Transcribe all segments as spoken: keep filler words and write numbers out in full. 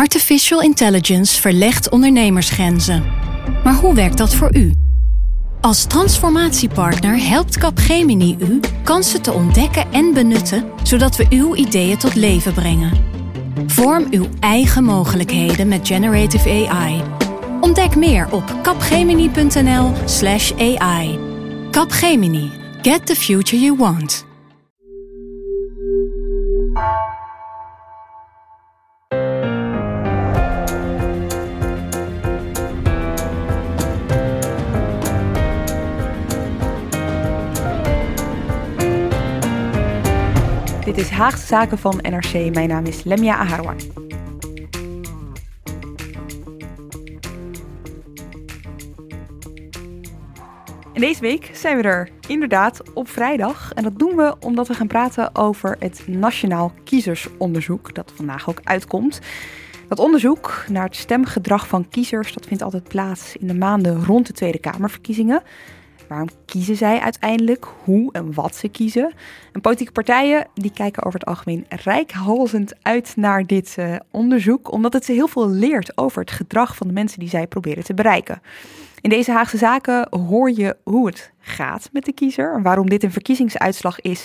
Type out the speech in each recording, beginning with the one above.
Artificial intelligence verlegt ondernemersgrenzen. Maar hoe werkt dat voor u? Als transformatiepartner helpt Capgemini u kansen te ontdekken en benutten, zodat we uw ideeën tot leven brengen. Vorm uw eigen mogelijkheden met Generative A I. Ontdek meer op capgemini.nl slash AI. Capgemini. Get the future you want. Dit is Haagse Zaken van N R C. Mijn naam is Lemia Aharwa. En deze week zijn we er inderdaad op vrijdag. En dat doen we omdat we gaan praten over het Nationaal Kiezersonderzoek dat vandaag ook uitkomt. Dat onderzoek naar het stemgedrag van kiezers, dat vindt altijd plaats in de maanden rond de Tweede Kamerverkiezingen. Waarom kiezen zij uiteindelijk? Hoe en wat ze kiezen? En politieke partijen die kijken over het algemeen reikhalzend uit naar dit uh, onderzoek, omdat het ze heel veel leert over het gedrag van de mensen die zij proberen te bereiken. In deze Haagse Zaken hoor je hoe het gaat met de kiezer en waarom dit een verkiezingsuitslag is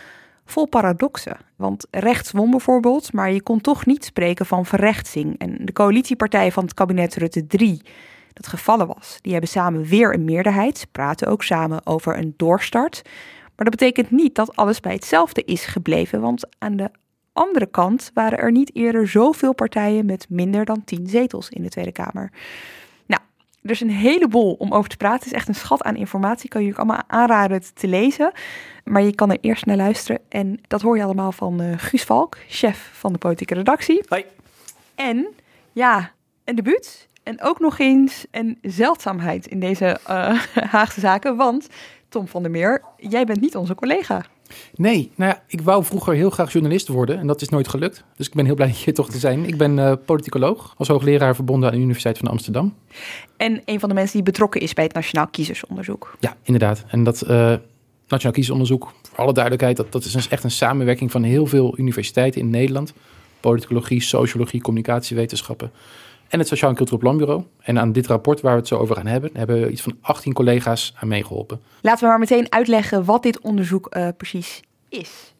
vol paradoxen. Want rechts won bijvoorbeeld, maar je kon toch niet spreken van verrechtsing. En de coalitiepartijen van het kabinet Rutte drie, dat gevallen was, die hebben samen weer een meerderheid. Ze praten ook samen over een doorstart. Maar dat betekent niet dat alles bij hetzelfde is gebleven, want aan de andere kant waren er niet eerder zoveel partijen met minder dan tien zetels in de Tweede Kamer. Nou, er is een heleboel om over te praten. Het is echt een schat aan informatie. Ik kan je ook allemaal aanraden het te lezen. Maar je kan er eerst naar luisteren. En dat hoor je allemaal van uh, Guus Valk, chef van de politieke redactie. Hoi. En ja, een debuut. En ook nog eens een zeldzaamheid in deze uh, Haagse Zaken. Want Tom van der Meer, jij bent niet onze collega. Nee, nou ja, ik wou vroeger heel graag journalist worden en dat is nooit gelukt. Dus ik ben heel blij hier toch te zijn. Ik ben uh, politicoloog, als hoogleraar verbonden aan de Universiteit van Amsterdam. En een van de mensen die betrokken is bij het Nationaal Kiezersonderzoek. Ja, inderdaad. En dat uh, Nationaal Kiezersonderzoek, voor alle duidelijkheid, dat, dat is echt een samenwerking van heel veel universiteiten in Nederland. Politicologie, sociologie, communicatiewetenschappen. En het Sociaal en Cultureel Planbureau. En aan dit rapport waar we het zo over gaan hebben, hebben iets van achttien collega's aan meegeholpen. Laten we maar meteen uitleggen wat dit onderzoek uh, precies is.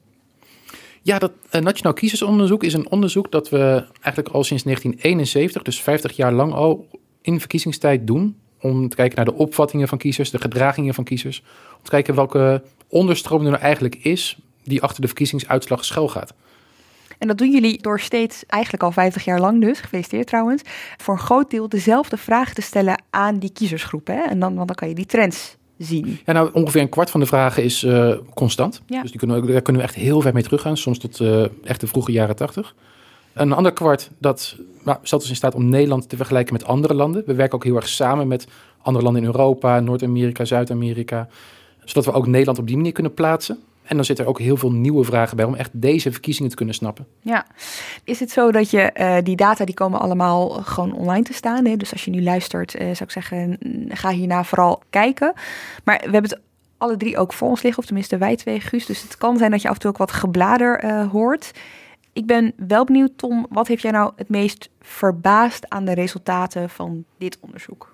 Ja, dat uh, Nationaal Kiezersonderzoek is een onderzoek dat we eigenlijk al sinds negentien eenenzeventig, dus vijftig jaar lang al, in verkiezingstijd doen. Om te kijken naar de opvattingen van kiezers, de gedragingen van kiezers. Om te kijken welke onderstroom er nou eigenlijk is die achter de verkiezingsuitslag schuilgaat. En dat doen jullie door steeds, eigenlijk al vijftig jaar lang dus, gefeliciteerd trouwens, voor een groot deel dezelfde vragen te stellen aan die kiezersgroepen. Hè? En dan, want dan kan je die trends zien. Ja, nou ongeveer een kwart van de vragen is uh, constant. Ja. Dus die kunnen we, daar kunnen we echt heel ver mee teruggaan, soms tot uh, echt de vroege jaren tachtig. Een ander kwart, dat nou, stelt ons in staat om Nederland te vergelijken met andere landen. We werken ook heel erg samen met andere landen in Europa, Noord-Amerika, Zuid-Amerika, zodat we ook Nederland op die manier kunnen plaatsen. En dan zitten er ook heel veel nieuwe vragen bij om echt deze verkiezingen te kunnen snappen. Ja. Is het zo dat je uh, die data die komen allemaal gewoon online te staan? Hè? Dus als je nu luistert, uh, zou ik zeggen, ga hierna vooral kijken. Maar we hebben het alle drie ook voor ons liggen, of tenminste wij twee, Guus. Dus het kan zijn dat je af en toe ook wat geblader uh, hoort. Ik ben wel benieuwd, Tom, wat heeft jij nou het meest verbaasd aan de resultaten van dit onderzoek?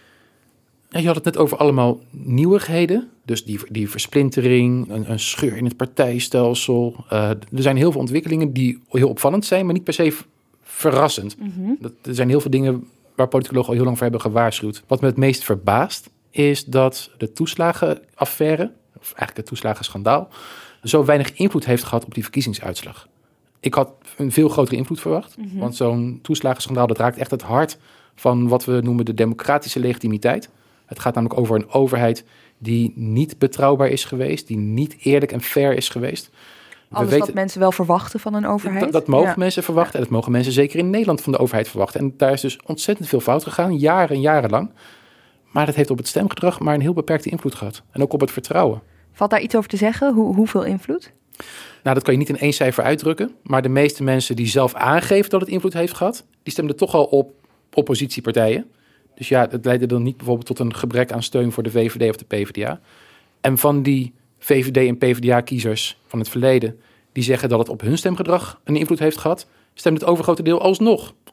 Ja, je had het net over allemaal nieuwigheden. Dus die, die versplintering, een, een scheur in het partijstelsel. Uh, er zijn heel veel ontwikkelingen die heel opvallend zijn, maar niet per se verrassend. Mm-hmm. Dat, er zijn heel veel dingen waar politicologen al heel lang voor hebben gewaarschuwd. Wat me het meest verbaast is dat de toeslagenaffaire, of eigenlijk het toeslagenschandaal, zo weinig invloed heeft gehad op die verkiezingsuitslag. Ik had een veel grotere invloed verwacht. Mm-hmm. Want zo'n toeslagenschandaal, dat raakt echt het hart van wat we noemen de democratische legitimiteit. Het gaat namelijk over een overheid die niet betrouwbaar is geweest, die niet eerlijk en fair is geweest. Alles wat mensen wel verwachten van een overheid. Dat, dat mogen ja. mensen verwachten en dat mogen mensen zeker in Nederland van de overheid verwachten. En daar is dus ontzettend veel fout gegaan, jaren en jaren lang. Maar dat heeft op het stemgedrag maar een heel beperkte invloed gehad. En ook op het vertrouwen. Valt daar iets over te zeggen? Hoe, hoeveel invloed? Nou, dat kan je niet in één cijfer uitdrukken. Maar de meeste mensen die zelf aangeven dat het invloed heeft gehad, die stemden toch al op oppositiepartijen. Dus ja, dat leidde dan niet bijvoorbeeld tot een gebrek aan steun voor de V V D of de P V D A. En van die V V D en P V D A-kiezers van het verleden die zeggen dat het op hun stemgedrag een invloed heeft gehad, stemt het overgrote deel alsnog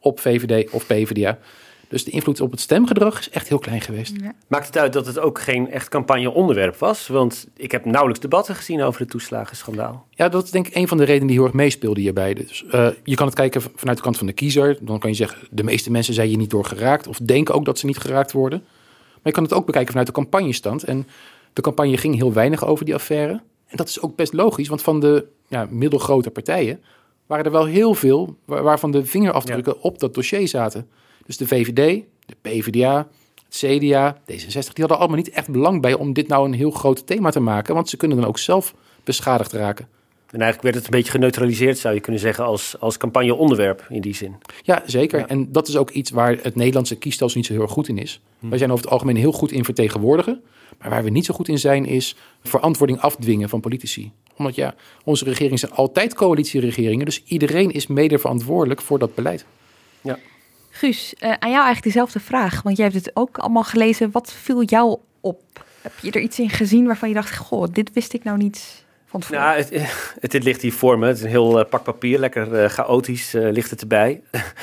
op V V D of P v d A. Dus de invloed op het stemgedrag is echt heel klein geweest. Ja. Maakt het uit dat het ook geen echt campagneonderwerp was? Want ik heb nauwelijks debatten gezien over het toeslagenschandaal. Ja, dat is denk ik een van de redenen die heel erg meespeelde hierbij. Dus, uh, je kan het kijken vanuit de kant van de kiezer. Dan kan je zeggen, de meeste mensen zijn hier niet door geraakt. Of denken ook dat ze niet geraakt worden. Maar je kan het ook bekijken vanuit de campagnestand. En de campagne ging heel weinig over die affaire. En dat is ook best logisch, want van de ja, middelgrote partijen waren er wel heel veel waarvan de vingerafdrukken ja. op dat dossier zaten. Dus de V V D, de P v d A, het C d A, D zesenzestig, die hadden allemaal niet echt belang bij om dit nou een heel groot thema te maken, want ze kunnen dan ook zelf beschadigd raken. En eigenlijk werd het een beetje geneutraliseerd, zou je kunnen zeggen, als, als campagneonderwerp in die zin. Ja, zeker. Ja. En dat is ook iets waar het Nederlandse kiesstelsel niet zo heel erg goed in is. Hm. Wij zijn over het algemeen heel goed in vertegenwoordigen, maar waar we niet zo goed in zijn is verantwoording afdwingen van politici. Omdat ja, onze regeringen zijn altijd coalitieregeringen, dus iedereen is mede verantwoordelijk voor dat beleid. Ja. Guus, uh, aan jou eigenlijk dezelfde vraag, want jij hebt het ook allemaal gelezen. Wat viel jou op? Heb je er iets in gezien waarvan je dacht, goh, dit wist ik nou niet van tevoren? Nou, het, het, het ligt hier voor me. Het is een heel uh, pak papier, lekker uh, chaotisch uh, ligt het erbij.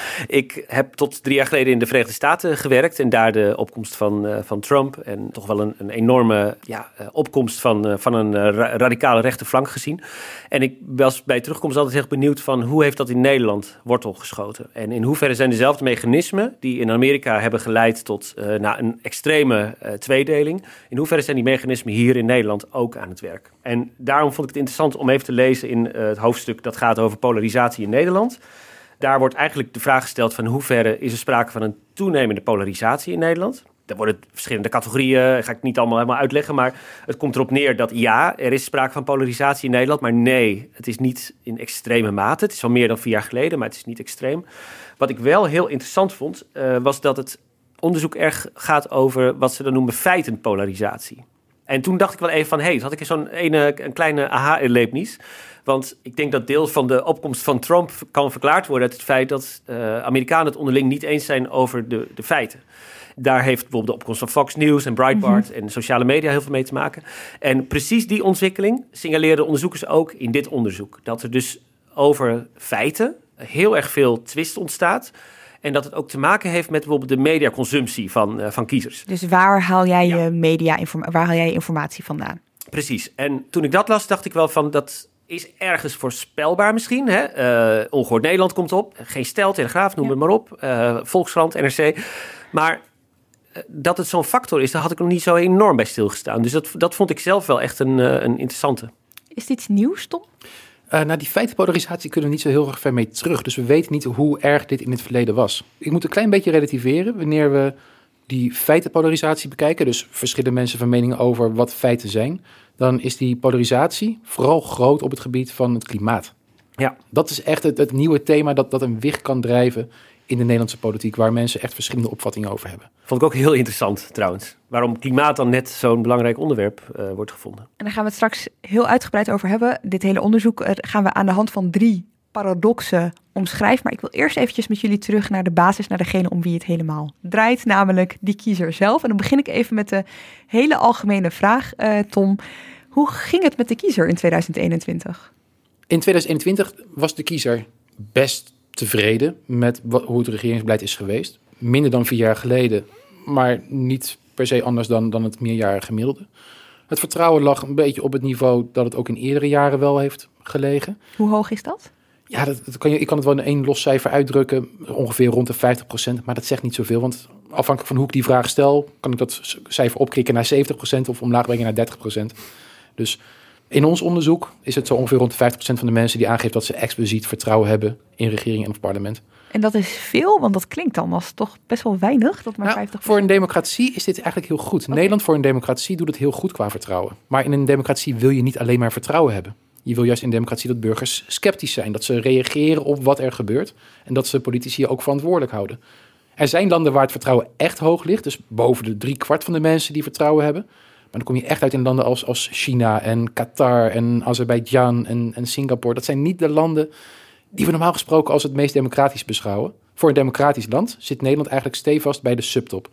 Ik heb tot drie jaar geleden in de Verenigde Staten gewerkt en daar de opkomst van, uh, van Trump en toch wel een, een enorme ja, uh, opkomst van, uh, van een uh, ra- radicale rechterflank gezien. En ik was bij terugkomst altijd heel benieuwd van hoe heeft dat in Nederland wortel geschoten? En in hoeverre zijn dezelfde mechanismen die in Amerika hebben geleid tot uh, nou, een extreme uh, tweedeling, in hoeverre zijn die mechanismen hier in Nederland ook aan het werk? En daarom vond ik het interessant om even te lezen in uh, het hoofdstuk dat gaat over polarisatie in Nederland. Daar wordt eigenlijk de vraag gesteld van hoeverre is er sprake van een toenemende polarisatie in Nederland. Er worden verschillende categorieën, ga ik niet allemaal helemaal uitleggen, maar het komt erop neer dat ja, er is sprake van polarisatie in Nederland, maar nee, het is niet in extreme mate. Het is al meer dan vier jaar geleden, maar het is niet extreem. Wat ik wel heel interessant vond, uh, was dat het onderzoek erg gaat over wat ze dan noemen feitenpolarisatie. En toen dacht ik wel even van, hé, hey, had ik zo'n ene, een kleine aha-erlevenis. Want ik denk dat deel van de opkomst van Trump kan verklaard worden uit het feit dat uh, Amerikanen het onderling niet eens zijn over de, de feiten. Daar heeft bijvoorbeeld de opkomst van Fox News en Breitbart mm-hmm. en sociale media heel veel mee te maken. En precies die ontwikkeling signaleren onderzoekers ook in dit onderzoek. Dat er dus over feiten heel erg veel twist ontstaat. En dat het ook te maken heeft met bijvoorbeeld de mediaconsumptie van, uh, van kiezers. Dus waar haal jij ja. je media informa- waar haal jij je informatie vandaan? Precies. En toen ik dat las, dacht ik wel van dat is ergens voorspelbaar misschien. Hè? Uh, Ongehoord Nederland komt op. Geen Stijl, Telegraaf, noem ja. het maar op. Uh, Volkskrant, N R C. Maar uh, dat het zo'n factor is, daar had ik nog niet zo enorm bij stilgestaan. Dus dat, dat vond ik zelf wel echt een, uh, een interessante. Is dit nieuws, Tom? Uh, nou, die feitenpolarisatie kunnen we niet zo heel erg ver mee terug. Dus we weten niet hoe erg dit in het verleden was. Ik moet een klein beetje relativeren wanneer we die feitenpolarisatie bekijken. Dus verschillen mensen van mening over wat feiten zijn. Dan is die polarisatie vooral groot op het gebied van het klimaat. Ja. Dat is echt het, het nieuwe thema dat, dat een wicht kan drijven in de Nederlandse politiek, waar mensen echt verschillende opvattingen over hebben. Vond ik ook heel interessant trouwens. Waarom klimaat dan net zo'n belangrijk onderwerp uh, wordt gevonden. En daar gaan we het straks heel uitgebreid over hebben. Dit hele onderzoek uh, gaan we aan de hand van drie paradoxen omschrijven. Maar ik wil eerst eventjes met jullie terug naar de basis, naar degene om wie het helemaal draait. Namelijk die kiezer zelf. En dan begin ik even met de hele algemene vraag, uh, Tom. Hoe ging het met de kiezer in tweeduizend eenentwintig? In tweeduizend eenentwintig was de kiezer best tevreden met wat, hoe het regeringsbeleid is geweest. Minder dan vier jaar geleden, maar niet per se anders dan, dan het meerjarige gemiddelde. Het vertrouwen lag een beetje op het niveau dat het ook in eerdere jaren wel heeft gelegen. Hoe hoog is dat? Ja, dat, dat kan je, ik kan het wel in één los cijfer uitdrukken, ongeveer rond de vijftig procent. Maar dat zegt niet zoveel, want afhankelijk van hoe ik die vraag stel, kan ik dat cijfer opkrikken naar zeventig procent of omlaag brengen naar dertig procent. Dus in ons onderzoek is het zo ongeveer rond de vijftig procent van de mensen die aangeeft dat ze expliciet vertrouwen hebben in regering en of parlement. En dat is veel, want dat klinkt dan als toch best wel weinig, dat maar nou, vijftig procent. Voor een democratie is dit eigenlijk heel goed. Okay. Nederland voor een democratie doet het heel goed qua vertrouwen. Maar in een democratie wil je niet alleen maar vertrouwen hebben. Je wil juist in een democratie dat burgers sceptisch zijn. Dat ze reageren op wat er gebeurt. En dat ze politici ook verantwoordelijk houden. Er zijn landen waar het vertrouwen echt hoog ligt. Dus boven de drie kwart van de mensen die vertrouwen hebben. Maar dan kom je echt uit in landen als, als China en Qatar en Azerbeidzjan en, en Singapore. Dat zijn niet de landen die we normaal gesproken als het meest democratisch beschouwen. Voor een democratisch land zit Nederland eigenlijk stevast bij de subtop.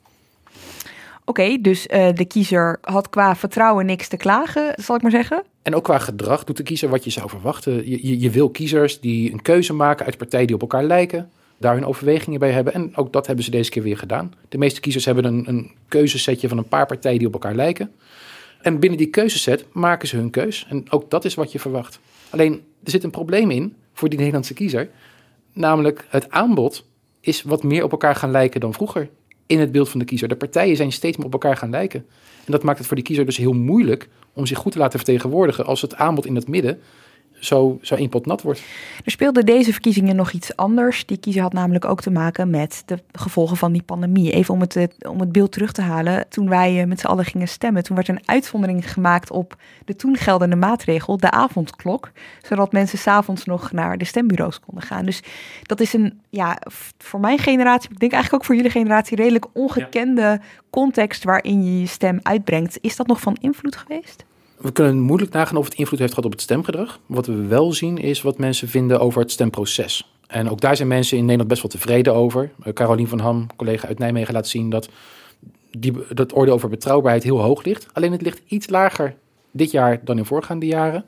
Oké, okay, dus uh, de kiezer had qua vertrouwen niks te klagen, zal ik maar zeggen. En ook qua gedrag doet de kiezer wat je zou verwachten. Je, je, je wil kiezers die een keuze maken uit partijen die op elkaar lijken. daar hun overwegingen bij hebben. En ook dat hebben ze deze keer weer gedaan. De meeste kiezers hebben een, een keuzesetje van een paar partijen die op elkaar lijken. En binnen die keuzeset maken ze hun keus. En ook dat is wat je verwacht. Alleen, er zit een probleem in voor die Nederlandse kiezer. Namelijk, het aanbod is wat meer op elkaar gaan lijken dan vroeger in het beeld van de kiezer. De partijen zijn steeds meer op elkaar gaan lijken. En dat maakt het voor die kiezer dus heel moeilijk om zich goed te laten vertegenwoordigen als het aanbod in het midden zo, zo één pot nat wordt. Er speelde deze verkiezingen nog iets anders. Die kiezer had namelijk ook te maken met de gevolgen van die pandemie. Even om het, om het beeld terug te halen. Toen wij met z'n allen gingen stemmen, toen werd een uitzondering gemaakt op de toen geldende maatregel, de avondklok. Zodat mensen 's avonds nog naar de stembureaus konden gaan. Dus dat is een, ja, voor mijn generatie, ik denk eigenlijk ook voor jullie generatie, redelijk ongekende ja. context waarin je je stem uitbrengt. Is dat nog van invloed geweest? We kunnen moeilijk nagaan of het invloed heeft gehad op het stemgedrag. Wat we wel zien is wat mensen vinden over het stemproces. En ook daar zijn mensen in Nederland best wel tevreden over. Uh, Carolien van Ham, collega uit Nijmegen, laat zien dat die, dat oordeel over betrouwbaarheid heel hoog ligt. Alleen het ligt iets lager dit jaar dan in voorgaande jaren.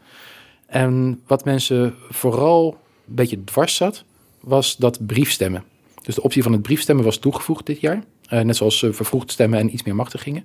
En wat mensen vooral een beetje dwars zat, was dat briefstemmen. Dus de optie van het briefstemmen was toegevoegd dit jaar. Uh, net zoals uh, vervroegd stemmen en iets meer machtigingen.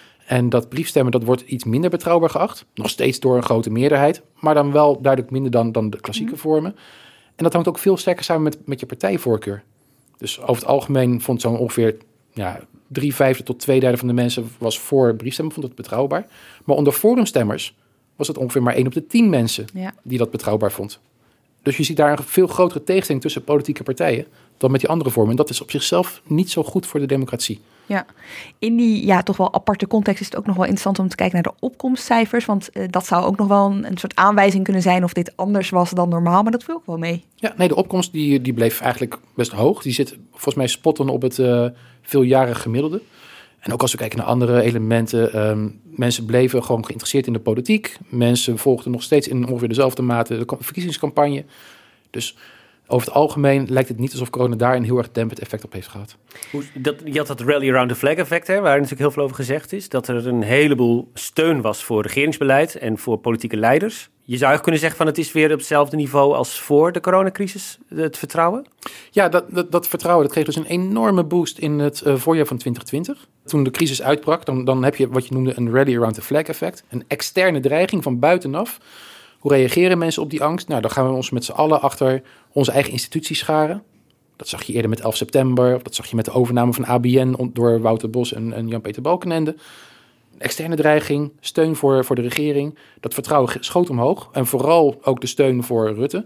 En dat briefstemmen, dat wordt iets minder betrouwbaar geacht. Nog steeds door een grote meerderheid. Maar dan wel duidelijk minder dan, dan de klassieke mm. vormen. En dat hangt ook veel sterker samen met, met je partijvoorkeur. Dus over het algemeen vond zo'n ongeveer ja, drie vijfde tot twee derde van de mensen was voor briefstemmen, vond het betrouwbaar. Maar onder forumstemmers was het ongeveer maar één op de tien mensen ja. die dat betrouwbaar vond. Dus je ziet daar een veel grotere tegenstelling tussen politieke partijen dan met die andere vormen. En dat is op zichzelf niet zo goed voor de democratie. Ja, in die ja, toch wel aparte context is het ook nog wel interessant om te kijken naar de opkomstcijfers. Want uh, dat zou ook nog wel een, een soort aanwijzing kunnen zijn of dit anders was dan normaal. Maar dat viel ook wel mee. Ja, nee, de opkomst die, die bleef eigenlijk best hoog. Die zit volgens mij spotten op het uh, veeljarige gemiddelde. En ook als we kijken naar andere elementen. Um, mensen bleven gewoon geïnteresseerd in de politiek. Mensen volgden nog steeds in ongeveer dezelfde mate de verkiezingscampagne. Dus over het algemeen lijkt het niet alsof corona daar een heel erg dempend effect op heeft gehad. Dat, je had dat rally around the flag effect, hè, waar natuurlijk heel veel over gezegd is. Dat er een heleboel steun was voor regeringsbeleid en voor politieke leiders. Je zou kunnen zeggen van het is weer op hetzelfde niveau als voor de coronacrisis, het vertrouwen? Ja, dat, dat, dat vertrouwen dat kreeg dus een enorme boost in het uh, voorjaar van twintig twintig. Toen de crisis uitbrak, dan, dan heb je wat je noemde een rally around the flag effect. Een externe dreiging van buitenaf. Hoe reageren mensen op die angst? Nou, dan gaan we ons met z'n allen achter onze eigen instituties scharen. Dat zag je eerder met elf september. Of dat zag je met de overname van A B N door Wouter Bos en, en Jan-Peter Balkenende. Externe dreiging, steun voor, voor de regering. Dat vertrouwen schoot omhoog. En vooral ook de steun voor Rutte.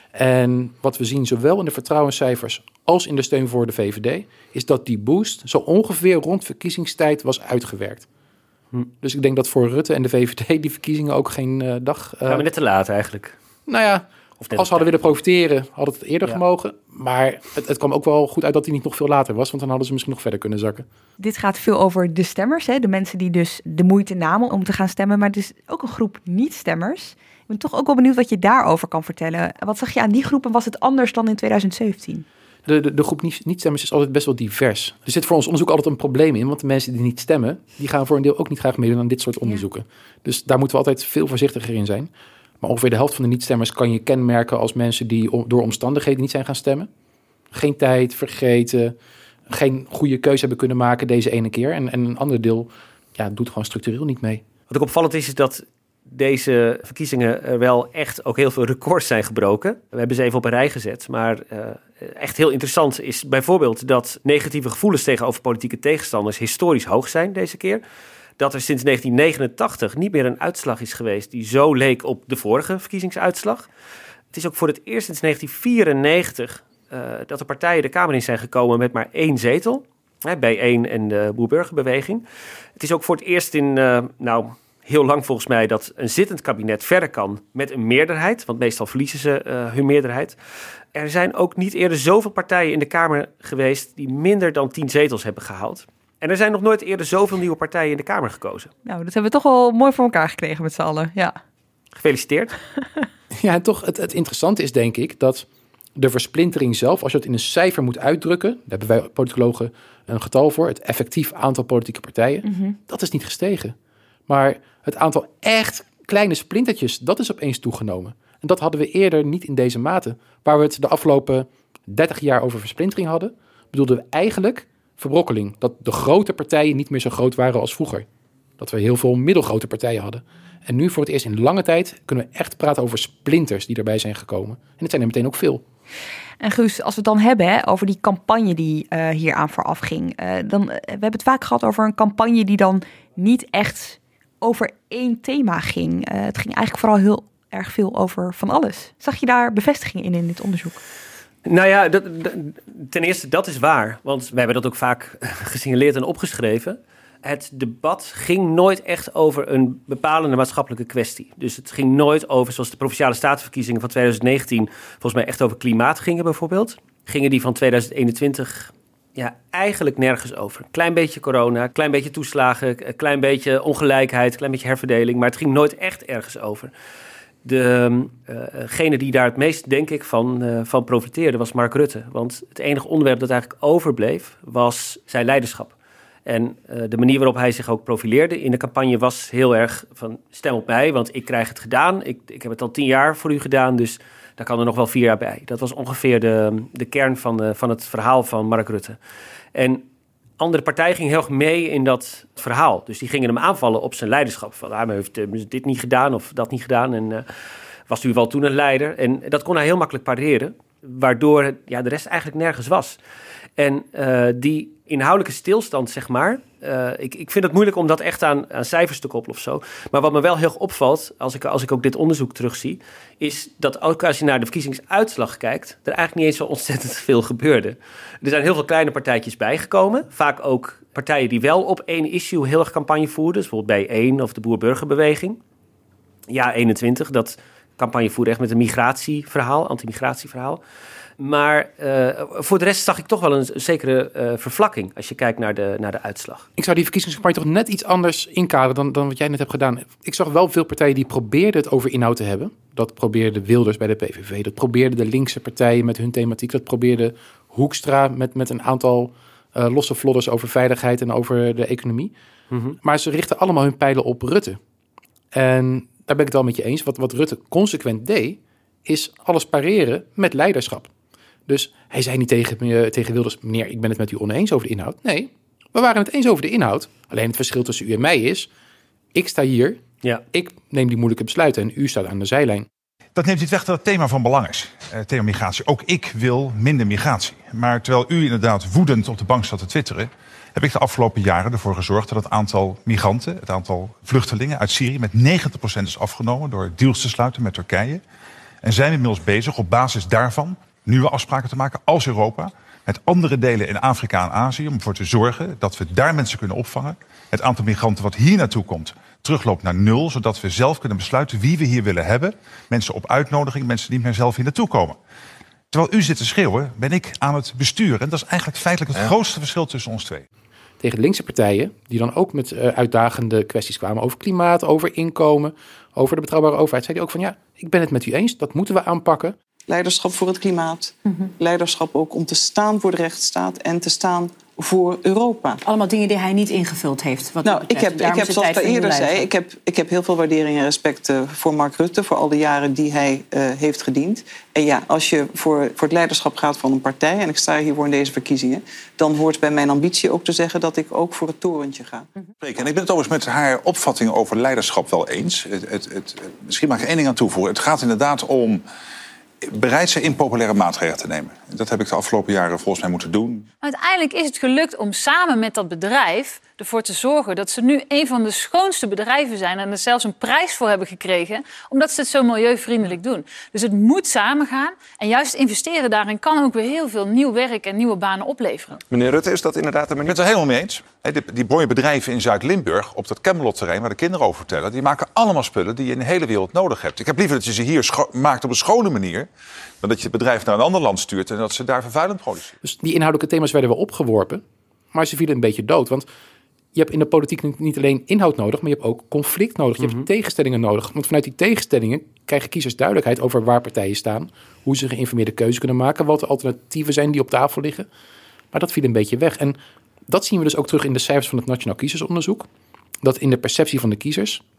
En wat we zien zowel in de vertrouwenscijfers als in de steun voor de V V D... is dat die boost zo ongeveer rond verkiezingstijd was uitgewerkt. Hm. Dus ik denk dat voor Rutte en de V V D die verkiezingen ook geen uh, dag... Uh, Gaan we net te laat eigenlijk? Nou ja, of als ze hadden willen profiteren, had het eerder ja. gemogen. Maar het, het kwam ook wel goed uit dat hij niet nog veel later was. Want dan hadden ze misschien nog verder kunnen zakken. Dit gaat veel over de stemmers. Hè? De mensen die dus de moeite namen om te gaan stemmen. Maar het is ook een groep niet-stemmers. Ik ben toch ook wel benieuwd wat je daarover kan vertellen. Wat zag je aan die groep en was het anders dan in twintig zeventien? De, de, de groep niet-stemmers is altijd best wel divers. Er zit voor ons onderzoek altijd een probleem in. Want de mensen die niet stemmen, die gaan voor een deel ook niet graag meedoen aan dit soort onderzoeken. Ja. Dus daar moeten we altijd veel voorzichtiger in zijn. Maar ongeveer de helft van de niet-stemmers kan je kenmerken als mensen die door omstandigheden niet zijn gaan stemmen. Geen tijd, vergeten, geen goede keuze hebben kunnen maken deze ene keer. En, en een ander deel ja, doet gewoon structureel niet mee. Wat ook opvallend is, is dat deze verkiezingen er wel echt ook heel veel records zijn gebroken. We hebben ze even op een rij gezet. Maar uh, echt heel interessant is bijvoorbeeld dat negatieve gevoelens tegenover politieke tegenstanders historisch hoog zijn deze keer. Dat er sinds negentien negenentachtig niet meer een uitslag is geweest die zo leek op de vorige verkiezingsuitslag. Het is ook voor het eerst sinds negentien vierennegentig uh, dat de partijen de Kamer in zijn gekomen met maar één zetel. Hè, B één en de Boer-Burgerbeweging. Het is ook voor het eerst in, uh, nou, heel lang volgens mij, dat een zittend kabinet verder kan met een meerderheid. Want meestal verliezen ze uh, hun meerderheid. Er zijn ook niet eerder zoveel partijen in de Kamer geweest die minder dan tien zetels hebben gehaald. En er zijn nog nooit eerder zoveel nieuwe partijen in de Kamer gekozen. Nou, dat hebben we toch wel mooi voor elkaar gekregen met z'n allen, ja. Gefeliciteerd. Ja, en toch, het, het interessante is denk ik dat de versplintering zelf, als je het in een cijfer moet uitdrukken, daar hebben wij politicologen een getal voor, het effectief aantal politieke partijen, mm-hmm. dat is niet gestegen. Maar het aantal echt kleine splintertjes, dat is opeens toegenomen. En dat hadden we eerder niet in deze mate, waar we het de afgelopen dertig jaar over versplintering hadden, bedoelden we eigenlijk verbrokkeling. Dat de grote partijen niet meer zo groot waren als vroeger. Dat we heel veel middelgrote partijen hadden. En nu voor het eerst in lange tijd kunnen we echt praten over splinters die erbij zijn gekomen. En het zijn er meteen ook veel. En Guus, als we het dan hebben hè, over die campagne die uh, hier aan vooraf ging. Uh, dan, uh, we hebben het vaak gehad over een campagne die dan niet echt over één thema ging. Uh, het ging eigenlijk vooral heel erg veel over van alles. Zag je daar bevestiging in in dit onderzoek? Nou ja, dat, dat, ten eerste dat is waar. Want we hebben dat ook vaak gesignaleerd en opgeschreven. Het debat ging nooit echt over een bepalende maatschappelijke kwestie. Dus het ging nooit over, zoals de Provinciale Statenverkiezingen van twintig negentien... volgens mij echt over klimaat gingen bijvoorbeeld. Gingen die van twintig eenentwintig ja, eigenlijk nergens over. Een klein beetje corona, een klein beetje toeslagen... een klein beetje ongelijkheid, een klein beetje herverdeling... maar het ging nooit echt ergens over. Degene uh, die daar het meest, denk ik, van, uh, van profiteerde was Mark Rutte. Want het enige onderwerp dat eigenlijk overbleef was zijn leiderschap. En uh, de manier waarop hij zich ook profileerde in de campagne was heel erg van stem op mij, want ik krijg het gedaan. Ik, ik heb het al tien jaar voor u gedaan, dus daar kan er nog wel vier jaar bij. Dat was ongeveer de, de kern van, de, van het verhaal van Mark Rutte. En andere partijen gingen heel erg mee in dat verhaal. Dus die gingen hem aanvallen op zijn leiderschap. Van, hij heeft uh, dit niet gedaan of dat niet gedaan. En uh, was u wel toen een leider? En dat kon hij heel makkelijk pareren. Waardoor ja, de rest eigenlijk nergens was. En uh, die inhoudelijke stilstand, zeg maar... Uh, ik, ik vind het moeilijk om dat echt aan, aan cijfers te koppelen of zo. Maar wat me wel heel erg opvalt, als ik, als ik ook dit onderzoek terugzie... is dat ook als je naar de verkiezingsuitslag kijkt... er eigenlijk niet eens zo ontzettend veel gebeurde. Er zijn heel veel kleine partijtjes bijgekomen. Vaak ook partijen die wel op één issue heel erg campagne voerden. Dus bijvoorbeeld bij één of de Boer-Burgerbeweging. Ja, eenentwintig, dat campagne voerde echt met een migratieverhaal, anti-migratieverhaal... Maar uh, voor de rest zag ik toch wel een, een zekere uh, vervlakking als je kijkt naar de, naar de uitslag. Ik zou die verkiezingscampagne toch net iets anders inkaderen dan, dan wat jij net hebt gedaan. Ik zag wel veel partijen die probeerden het over inhoud te hebben. Dat probeerde Wilders bij de P V V. Dat probeerden de linkse partijen met hun thematiek. Dat probeerde Hoekstra met, met een aantal uh, losse vlodders over veiligheid en over de economie. Mm-hmm. Maar ze richten allemaal hun pijlen op Rutte. En daar ben ik het wel met je eens. Wat, wat Rutte consequent deed, is alles pareren met leiderschap. Dus hij zei niet tegen, uh, tegen Wilders, meneer, ik ben het met u oneens over de inhoud. Nee, we waren het eens over de inhoud. Alleen het verschil tussen u en mij is, ik sta hier, ja. ik neem die moeilijke besluiten en u staat aan de zijlijn. Dat neemt niet weg dat het thema van belang is, uh, thema migratie. Ook ik wil minder migratie. Maar terwijl u inderdaad woedend op de bank zat te twitteren, heb ik de afgelopen jaren ervoor gezorgd dat het aantal migranten, het aantal vluchtelingen uit Syrië met negentig procent is afgenomen door deals te sluiten met Turkije. En zijn we inmiddels bezig op basis daarvan nieuwe afspraken te maken als Europa met andere delen in Afrika en Azië om ervoor te zorgen dat we daar mensen kunnen opvangen. Het aantal migranten wat hier naartoe komt terugloopt naar nul, zodat we zelf kunnen besluiten wie we hier willen hebben. Mensen op uitnodiging, mensen die niet meer zelf hier naartoe komen. Terwijl u zit te schreeuwen, ben ik aan het besturen. En dat is eigenlijk feitelijk het ja. grootste verschil tussen ons twee. Tegen de linkse partijen, die dan ook met uh, uitdagende kwesties kwamen over klimaat, over inkomen, over de betrouwbare overheid, zei hij ook van ja, ik ben het met u eens, dat moeten we aanpakken. Leiderschap voor het klimaat. Mm-hmm. Leiderschap ook om te staan voor de rechtsstaat en te staan voor Europa. Allemaal dingen die hij niet ingevuld heeft. Wat nou, ik heb, ik heb zoals ik al eerder zei, ik heb, ik heb heel veel waardering en respect uh, voor Mark Rutte, voor al de jaren die hij uh, heeft gediend. En ja, als je voor, voor het leiderschap gaat van een partij, en ik sta hiervoor in deze verkiezingen, dan hoort bij mijn ambitie ook te zeggen dat ik ook voor het torentje ga. Mm-hmm. En ik ben het overigens met haar opvatting over leiderschap wel eens. Het, het, het, misschien mag ik één ding aan toevoegen. Het gaat inderdaad om bereid zijn impopulaire maatregelen te nemen. Dat heb ik de afgelopen jaren volgens mij moeten doen. Uiteindelijk is het gelukt om samen met dat bedrijf ervoor te zorgen dat ze nu een van de schoonste bedrijven zijn en er zelfs een prijs voor hebben gekregen, omdat ze het zo milieuvriendelijk doen. Dus het moet samengaan en juist investeren daarin kan ook weer heel veel nieuw werk en nieuwe banen opleveren. Meneer Rutte, is dat inderdaad de manier? Ik ben het er helemaal mee eens. Die mooie bedrijven in Zuid-Limburg op dat Camelot-terrein waar de kinderen over vertellen, die maken allemaal spullen die je in de hele wereld nodig hebt. Ik heb liever dat je ze hier scho- maakt op een schone manier dan dat je het bedrijf naar een ander land stuurt en dat ze daar vervuilend produceren. Dus die inhoudelijke thema's werden wel opgeworpen, maar ze vielen een beetje dood. Want je hebt in de politiek niet alleen inhoud nodig, maar je hebt ook conflict nodig. Je mm-hmm. hebt tegenstellingen nodig. Want vanuit die tegenstellingen krijgen kiezers duidelijkheid over waar partijen staan, hoe ze geïnformeerde keuze kunnen maken, wat de alternatieven zijn die op tafel liggen. Maar dat viel een beetje weg. En dat zien we dus ook terug in de cijfers van het Nationaal Kiezersonderzoek. Dat in de perceptie van de kiezers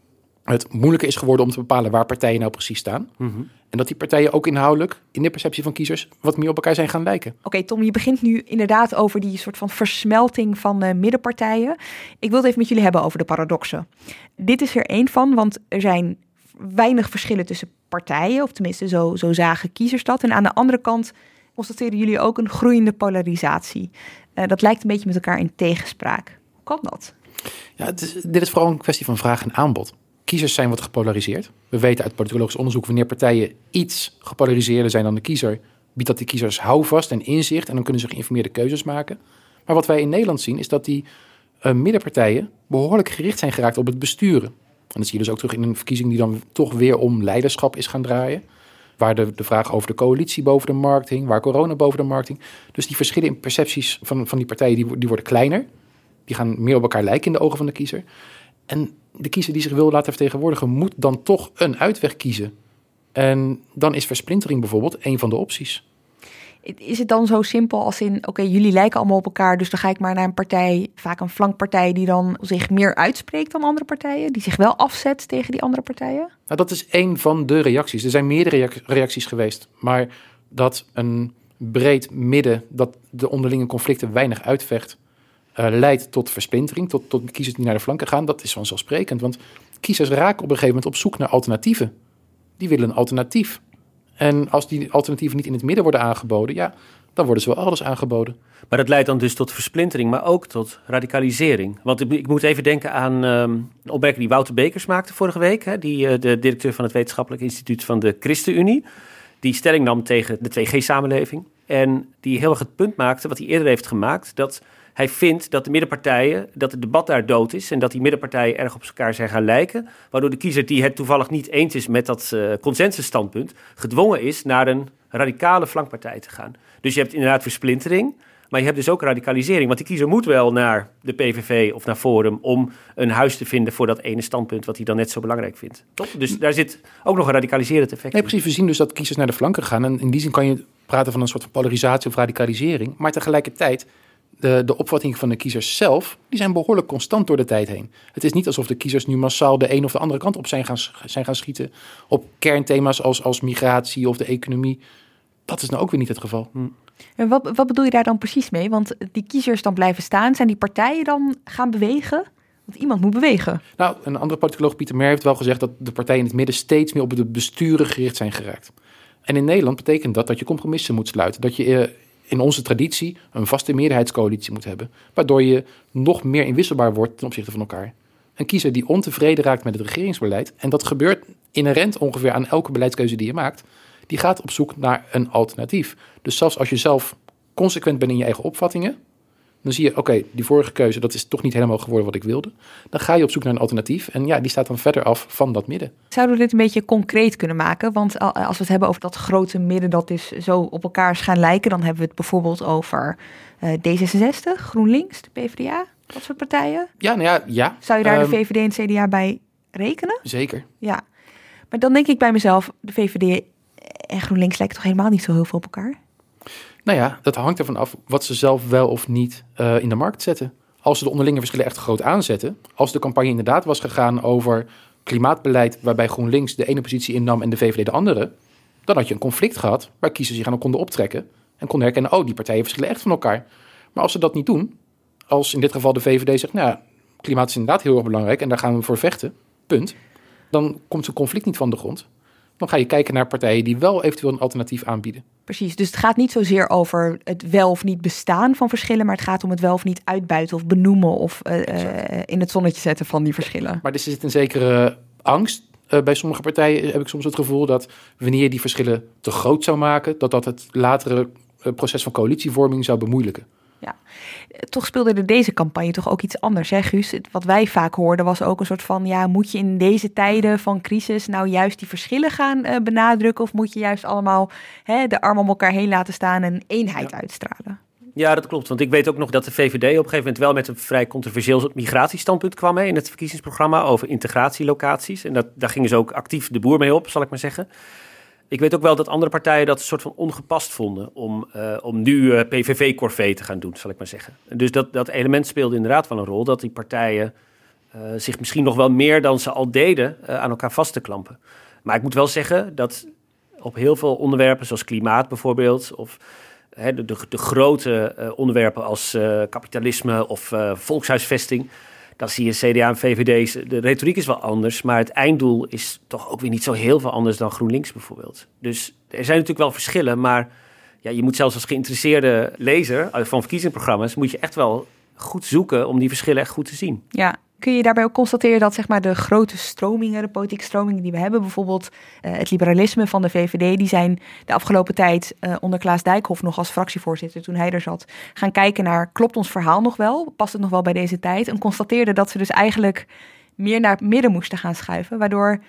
het moeilijker is geworden om te bepalen waar partijen nou precies staan. Mm-hmm. En dat die partijen ook inhoudelijk, in de perceptie van kiezers, wat meer op elkaar zijn gaan lijken. Oké, okay, Tom, je begint nu inderdaad over die soort van versmelting van uh, middenpartijen. Ik wil het even met jullie hebben over de paradoxen. Dit is er één van, want er zijn weinig verschillen tussen partijen, of tenminste zo, zo zagen kiezers dat. En aan de andere kant constateren jullie ook een groeiende polarisatie. Uh, dat lijkt een beetje met elkaar in tegenspraak. Hoe kan dat? Ja, het is, dit is vooral een kwestie van vraag en aanbod. Kiezers zijn wat gepolariseerd. We weten uit politicologisch onderzoek, wanneer partijen iets gepolariseerder zijn dan de kiezer, biedt dat de kiezers houvast en inzicht en dan kunnen ze geïnformeerde keuzes maken. Maar wat wij in Nederland zien is dat die uh, middenpartijen behoorlijk gericht zijn geraakt op het besturen. En dat zie je dus ook terug in een verkiezing die dan toch weer om leiderschap is gaan draaien. Waar de, de vraag over de coalitie boven de markt hing, waar corona boven de markt hing. Dus die verschillen in percepties van, van die partijen, die, die worden kleiner. Die gaan meer op elkaar lijken in de ogen van de kiezer. En de kiezer die zich wil laten vertegenwoordigen, moet dan toch een uitweg kiezen. En dan is versplintering bijvoorbeeld een van de opties. Is het dan zo simpel als in, oké, okay, jullie lijken allemaal op elkaar, dus dan ga ik maar naar een partij, vaak een flankpartij, die dan zich meer uitspreekt dan andere partijen, die zich wel afzet tegen die andere partijen? Nou, dat is een van de reacties. Er zijn meerdere reacties geweest, maar dat een breed midden, dat de onderlinge conflicten weinig uitvecht, Uh, leidt tot versplintering, tot, tot kiezers die naar de flanken gaan, dat is vanzelfsprekend. Want kiezers raken op een gegeven moment op zoek naar alternatieven. Die willen een alternatief. En als die alternatieven niet in het midden worden aangeboden, ja, dan worden ze wel elders aangeboden. Maar dat leidt dan dus tot versplintering, maar ook tot radicalisering. Want ik, ik moet even denken aan um, een opmerking die Wouter Bekers maakte vorige week. Hè, die, uh, de directeur van het Wetenschappelijk Instituut van de ChristenUnie. Die stelling nam tegen de twee G-samenleving. En die heel erg het punt maakte, wat hij eerder heeft gemaakt, dat hij vindt dat de middenpartijen, dat het debat daar dood is en dat die middenpartijen erg op elkaar zijn gaan lijken, waardoor de kiezer die het toevallig niet eens is met dat uh, consensusstandpunt, gedwongen is naar een radicale flankpartij te gaan. Dus je hebt inderdaad versplintering, maar je hebt dus ook radicalisering. Want die kiezer moet wel naar de P V V of naar Forum om een huis te vinden voor dat ene standpunt wat hij dan net zo belangrijk vindt. Toch? Dus daar zit ook nog een radicaliserend effect nee, in. Precies, we zien dus dat kiezers naar de flanken gaan. En in die zin kan je praten van een soort van polarisatie of radicalisering. Maar tegelijkertijd, de, de opvattingen van de kiezers zelf, die zijn behoorlijk constant door de tijd heen. Het is niet alsof de kiezers nu massaal de een of de andere kant op zijn gaan, zijn gaan schieten op kernthema's als, als migratie of de economie. Dat is nou ook weer niet het geval. Hm. En wat, wat bedoel je daar dan precies mee? Want die kiezers dan blijven staan, zijn die partijen dan gaan bewegen? Want iemand moet bewegen. Nou, een andere politicoloog, Pieter Mer, heeft wel gezegd dat de partijen in het midden steeds meer op het besturen gericht zijn geraakt. En in Nederland betekent dat dat je compromissen moet sluiten. Dat je in onze traditie een vaste meerderheidscoalitie moet hebben. Waardoor je nog meer inwisselbaar wordt ten opzichte van elkaar. Een kiezer die ontevreden raakt met het regeringsbeleid, en dat gebeurt inherent ongeveer aan elke beleidskeuze die je maakt, die gaat op zoek naar een alternatief. Dus zelfs als je zelf consequent bent in je eigen opvattingen, dan zie je, oké, okay, die vorige keuze, dat is toch niet helemaal geworden wat ik wilde. Dan ga je op zoek naar een alternatief en ja, die staat dan verder af van dat midden. Zouden we dit een beetje concreet kunnen maken? Want als we het hebben over dat grote midden dat is zo op elkaar is gaan lijken, dan hebben we het bijvoorbeeld over uh, D zesenzestig, GroenLinks, de P v d A, dat soort partijen. Ja, nou ja, ja. Zou je daar um, de V V D en het C D A bij rekenen? Zeker. Ja, maar dan denk ik bij mezelf, de V V D en GroenLinks lijken toch helemaal niet zo heel veel op elkaar? Nou ja, dat hangt ervan af wat ze zelf wel of niet uh, in de markt zetten. Als ze de onderlinge verschillen echt groot aanzetten, als de campagne inderdaad was gegaan over klimaatbeleid waarbij GroenLinks de ene positie innam en de V V D de andere, dan had je een conflict gehad waar kiezers zich aan konden optrekken en konden herkennen, oh, die partijen verschillen echt van elkaar. Maar als ze dat niet doen, als in dit geval de V V D zegt, nou ja, klimaat is inderdaad heel erg belangrijk en daar gaan we voor vechten, punt, dan komt zo'n conflict niet van de grond. Dan ga je kijken naar partijen die wel eventueel een alternatief aanbieden. Precies, dus het gaat niet zozeer over het wel of niet bestaan van verschillen, maar het gaat om het wel of niet uitbuiten of benoemen of uh, uh, in het zonnetje zetten van die verschillen. Maar er zit een zekere angst uh, bij sommige partijen, heb ik soms het gevoel dat wanneer je die verschillen te groot zou maken, dat dat het latere uh, proces van coalitievorming zou bemoeilijken. Ja, toch speelde er deze campagne toch ook iets anders, hè Guus? Wat wij vaak hoorden was ook een soort van, ja, moet je in deze tijden van crisis nou juist die verschillen gaan uh, benadrukken, of moet je juist allemaal hè, de armen om elkaar heen laten staan en eenheid ja. uitstralen? Ja, dat klopt. Want ik weet ook nog dat de V V D op een gegeven moment wel met een vrij controversieel migratiestandpunt kwam hè, in het verkiezingsprogramma over integratielocaties. En dat, daar gingen ze ook actief de boer mee op, zal ik maar zeggen. Ik weet ook wel dat andere partijen dat een soort van ongepast vonden om, uh, om nu uh, P V V-corvée te gaan doen, zal ik maar zeggen. Dus dat, dat element speelde inderdaad wel een rol, dat die partijen uh, zich misschien nog wel meer dan ze al deden uh, aan elkaar vast te klampen. Maar ik moet wel zeggen dat op heel veel onderwerpen, zoals klimaat bijvoorbeeld, of hè, de, de, de grote uh, onderwerpen als uh, kapitalisme of uh, volkshuisvesting, dan zie je C D A en V V D, de retoriek is wel anders, maar het einddoel is toch ook weer niet zo heel veel anders dan GroenLinks bijvoorbeeld. Dus er zijn natuurlijk wel verschillen, maar ja, je moet zelfs als geïnteresseerde lezer van verkiezingsprogramma's, moet je echt wel goed zoeken om die verschillen echt goed te zien. Ja. Kun je daarbij ook constateren dat zeg maar, de grote stromingen, de politieke stromingen die we hebben, bijvoorbeeld uh, het liberalisme van de V V D, die zijn de afgelopen tijd uh, onder Klaas Dijkhoff nog als fractievoorzitter, toen hij er zat, gaan kijken naar, klopt ons verhaal nog wel? Past het nog wel bij deze tijd? En constateerden dat ze dus eigenlijk meer naar het midden moesten gaan schuiven, waardoor,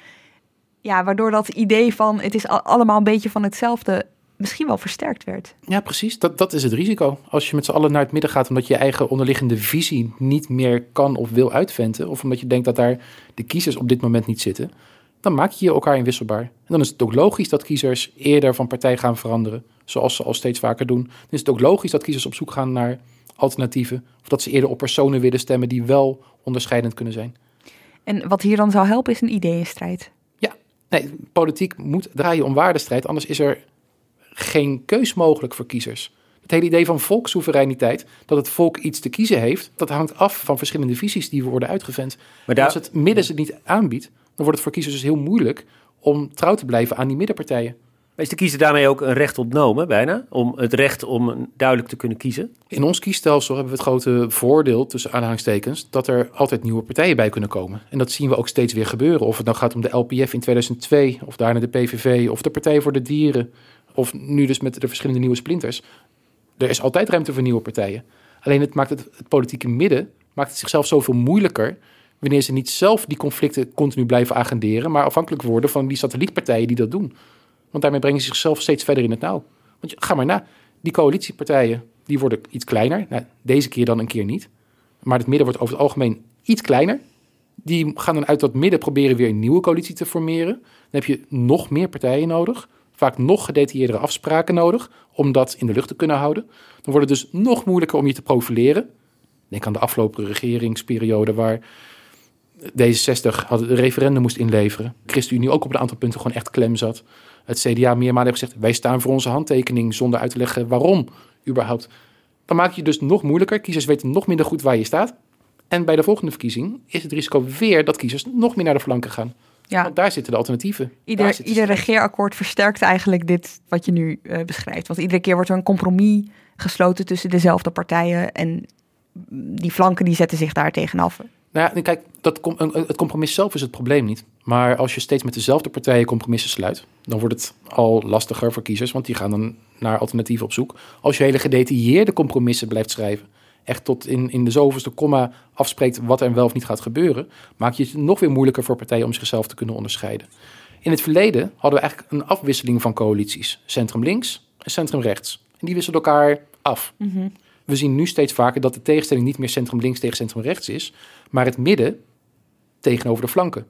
ja, waardoor dat idee van het is allemaal een beetje van hetzelfde misschien wel versterkt werd. Ja, precies. Dat, dat is het risico. Als je met z'n allen naar het midden gaat omdat je je eigen onderliggende visie niet meer kan of wil uitventen, of omdat je denkt dat daar de kiezers op dit moment niet zitten, dan maak je je elkaar inwisselbaar. En dan is het ook logisch dat kiezers eerder van partij gaan veranderen, zoals ze al steeds vaker doen. Dan is het ook logisch dat kiezers op zoek gaan naar alternatieven, of dat ze eerder op personen willen stemmen die wel onderscheidend kunnen zijn. En wat hier dan zou helpen is een ideeënstrijd. Ja, nee, politiek moet draaien om waardestrijd, anders is er geen keus mogelijk voor kiezers. Het hele idee van volkssoevereiniteit, dat het volk iets te kiezen heeft, dat hangt af van verschillende visies die worden uitgevent. Maar daar, als het midden ze niet aanbiedt, dan wordt het voor kiezers dus heel moeilijk om trouw te blijven aan die middenpartijen. Maar is de kiezer daarmee ook een recht ontnomen, bijna? Om het recht om duidelijk te kunnen kiezen? In ons kiesstelsel hebben we het grote voordeel, tussen aanhalingstekens, dat er altijd nieuwe partijen bij kunnen komen. En dat zien we ook steeds weer gebeuren. Of het nou gaat om de L P F in tweeduizend twee, of daarna de P V V, of de Partij voor de Dieren, of nu dus met de verschillende nieuwe splinters. Er is altijd ruimte voor nieuwe partijen. Alleen het maakt het, het politieke midden maakt het zichzelf zoveel moeilijker wanneer ze niet zelf die conflicten continu blijven agenderen, maar afhankelijk worden van die satellietpartijen die dat doen. Want daarmee brengen ze zichzelf steeds verder in het nauw. Want ga maar na, die coalitiepartijen die worden iets kleiner. Nou, deze keer dan een keer niet. Maar het midden wordt over het algemeen iets kleiner. Die gaan dan uit dat midden proberen weer een nieuwe coalitie te formeren. Dan heb je nog meer partijen nodig. Vaak nog gedetailleerdere afspraken nodig om dat in de lucht te kunnen houden. Dan wordt het dus nog moeilijker om je te profileren. Denk aan de afgelopen regeringsperiode waar D zesenzestig had een referendum moest inleveren. ChristenUnie ook op een aantal punten gewoon echt klem zat. Het C D A meermalen heeft gezegd, wij staan voor onze handtekening zonder uit te leggen waarom überhaupt. Dan maak je het dus nog moeilijker. Kiezers weten nog minder goed waar je staat. En bij de volgende verkiezing is het risico weer dat kiezers nog meer naar de flanken gaan. Ja. Want daar zitten de alternatieven. Ieder, ieder regeerakkoord versterkt eigenlijk dit wat je nu uh, beschrijft. Want iedere keer wordt er een compromis gesloten tussen dezelfde partijen. En die flanken die zetten zich daar tegenaf. Nou ja, kijk, dat com- het compromis zelf is het probleem niet. Maar als je steeds met dezelfde partijen compromissen sluit, dan wordt het al lastiger voor kiezers, want die gaan dan naar alternatieven op zoek. Als je hele gedetailleerde compromissen blijft schrijven, echt tot in, in de zoveelste komma afspreekt wat er wel of niet gaat gebeuren, maak je het nog weer moeilijker voor partijen om zichzelf te kunnen onderscheiden. In het verleden hadden we eigenlijk een afwisseling van coalities. Centrum links en centrum rechts. En die wisselden elkaar af. Mm-hmm. We zien nu steeds vaker dat de tegenstelling niet meer centrum links tegen centrum rechts is, maar het midden tegenover de flanken.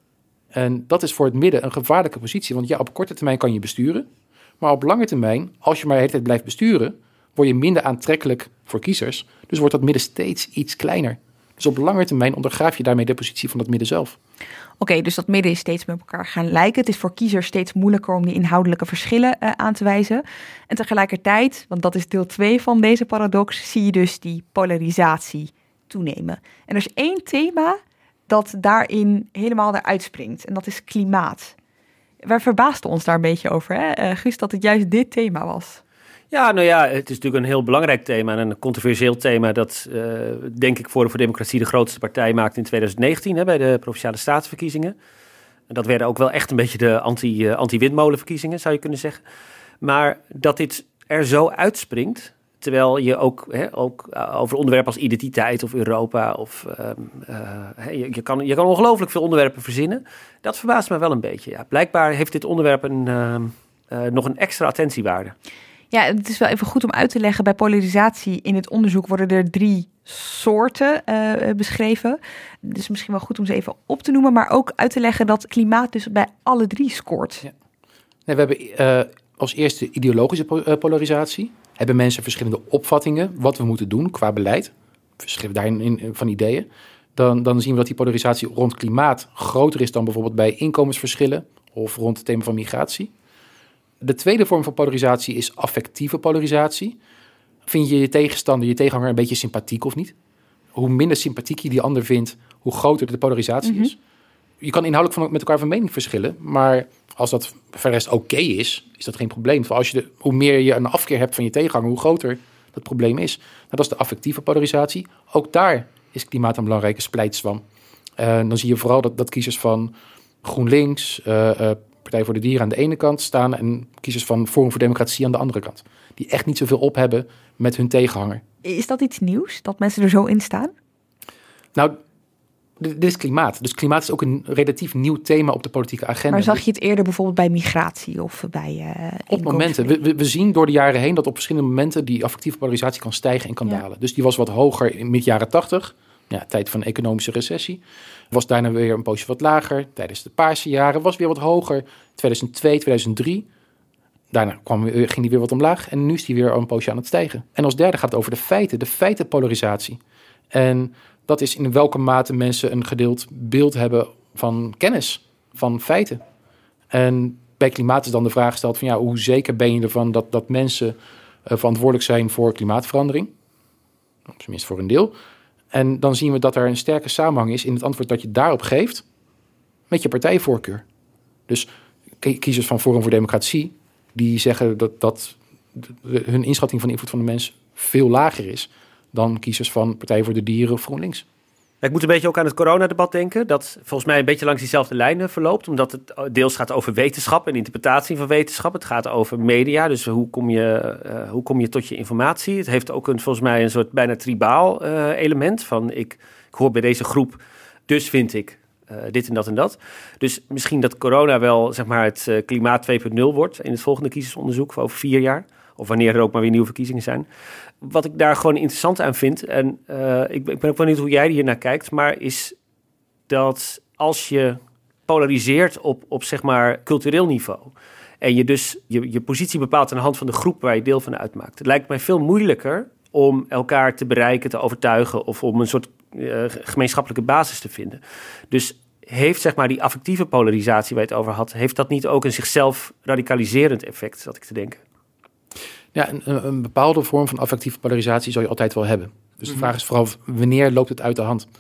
En dat is voor het midden een gevaarlijke positie, want ja, op korte termijn kan je besturen, maar op lange termijn, als je maar de hele tijd blijft besturen, word je minder aantrekkelijk voor kiezers. Dus wordt dat midden steeds iets kleiner. Dus op lange termijn ondergraaf je daarmee de positie van dat midden zelf. Oké, okay, dus dat midden is steeds met elkaar gaan lijken. Het is voor kiezers steeds moeilijker om die inhoudelijke verschillen uh, aan te wijzen. En tegelijkertijd, want dat is deel twee van deze paradox, zie je dus die polarisatie toenemen. En er is één thema dat daarin helemaal eruit springt. En dat is klimaat. Wij verbaasden ons daar een beetje over, hè, uh, Guus, dat het juist dit thema was. Ja, nou ja, het is natuurlijk een heel belangrijk thema en een controversieel thema dat, uh, denk ik, Forum voor Democratie de grootste partij maakte in twintig negentien hè, bij de Provinciale Statenverkiezingen. En dat werden ook wel echt een beetje de anti, uh, anti-windmolenverkiezingen, zou je kunnen zeggen. Maar dat dit er zo uitspringt, terwijl je ook, hè, ook uh, over onderwerpen als identiteit of Europa of uh, uh, je, je, kan, je kan ongelooflijk veel onderwerpen verzinnen. Dat verbaast me wel een beetje. Ja. Blijkbaar heeft dit onderwerp een, uh, uh, nog een extra attentiewaarde. Ja, het is wel even goed om uit te leggen. Bij polarisatie in het onderzoek worden er drie soorten uh, beschreven. Dus misschien wel goed om ze even op te noemen. Maar ook uit te leggen dat klimaat dus bij alle drie scoort. Ja. Nee, we hebben uh, als eerste ideologische po- uh, polarisatie. Hebben mensen verschillende opvattingen wat we moeten doen qua beleid. Verschillen daarin in, van ideeën. dan, dan zien we dat die polarisatie rond klimaat groter is dan bijvoorbeeld bij inkomensverschillen of rond het thema van migratie. De tweede vorm van polarisatie is affectieve polarisatie. Vind je je tegenstander, je tegenhanger een beetje sympathiek of niet? Hoe minder sympathiek je die ander vindt, hoe groter de polarisatie mm-hmm. is. Je kan inhoudelijk van, met elkaar van mening verschillen, maar als dat voor de rest oké okay is, is dat geen probleem. Als je de, hoe meer je een afkeer hebt van je tegenhanger, hoe groter dat probleem is. Nou, dat is de affectieve polarisatie. Ook daar is klimaat een belangrijke splijtswam. Uh, dan zie je vooral dat, dat kiezers van GroenLinks, uh, uh, Partij voor de Dieren aan de ene kant staan en kiezers van Forum voor Democratie aan de andere kant. Die echt niet zoveel op hebben met hun tegenhanger. Is dat iets nieuws, dat mensen er zo in staan? Nou, dit is klimaat. Dus klimaat is ook een relatief nieuw thema op de politieke agenda. Maar zag je het eerder bijvoorbeeld bij migratie of bij uh, Op momenten. We, we, we zien door de jaren heen dat op verschillende momenten die affectieve polarisatie kan stijgen en kan ja. dalen. Dus die was wat hoger in mid jaren tachtig, ja, tijd van economische recessie. Was daarna weer een poosje wat lager. Tijdens de paarse jaren was weer wat hoger. tweeduizend twee, tweeduizend drie. Daarna kwam, ging die weer wat omlaag en nu is die weer een poosje aan het stijgen. En als derde gaat het over de feiten, de feitenpolarisatie. En dat is in welke mate mensen een gedeeld beeld hebben van kennis, van feiten. En bij klimaat is dan de vraag gesteld van ja, hoe zeker ben je ervan dat, dat mensen uh, verantwoordelijk zijn voor klimaatverandering? Tenminste voor een deel. En dan zien we dat er een sterke samenhang is in het antwoord dat je daarop geeft met je partijvoorkeur. Dus kiezers van Forum voor Democratie, die zeggen dat, dat hun inschatting van de invloed van de mens veel lager is dan kiezers van Partij voor de Dieren of GroenLinks. Ik moet een beetje ook aan het coronadebat denken, dat volgens mij een beetje langs diezelfde lijnen verloopt, omdat het deels gaat over wetenschap en interpretatie van wetenschap. Het gaat over media, dus hoe kom je, uh, hoe kom je tot je informatie. Het heeft ook een, volgens mij een soort bijna tribaal uh, element van ik, ik hoor bij deze groep, dus vind ik uh, dit en dat en dat. Dus misschien dat corona wel zeg maar het uh, klimaat twee punt nul wordt in het volgende kiezersonderzoek over vier jaar. Of wanneer er ook maar weer nieuwe verkiezingen zijn. Wat ik daar gewoon interessant aan vind, en uh, ik, ik ben ook wel benieuwd hoe jij hier naar kijkt, maar is dat als je polariseert op, op zeg maar cultureel niveau en je dus je, je positie bepaalt aan de hand van de groep waar je deel van uitmaakt. Het lijkt mij veel moeilijker om elkaar te bereiken, te overtuigen of om een soort uh, gemeenschappelijke basis te vinden. Dus heeft zeg maar die affectieve polarisatie waar je het over had, heeft dat niet ook een zichzelf radicaliserend effect, zat ik te denken? Ja, een, een bepaalde vorm van affectieve polarisatie zal je altijd wel hebben. Dus de vraag is vooral wanneer loopt het uit de hand?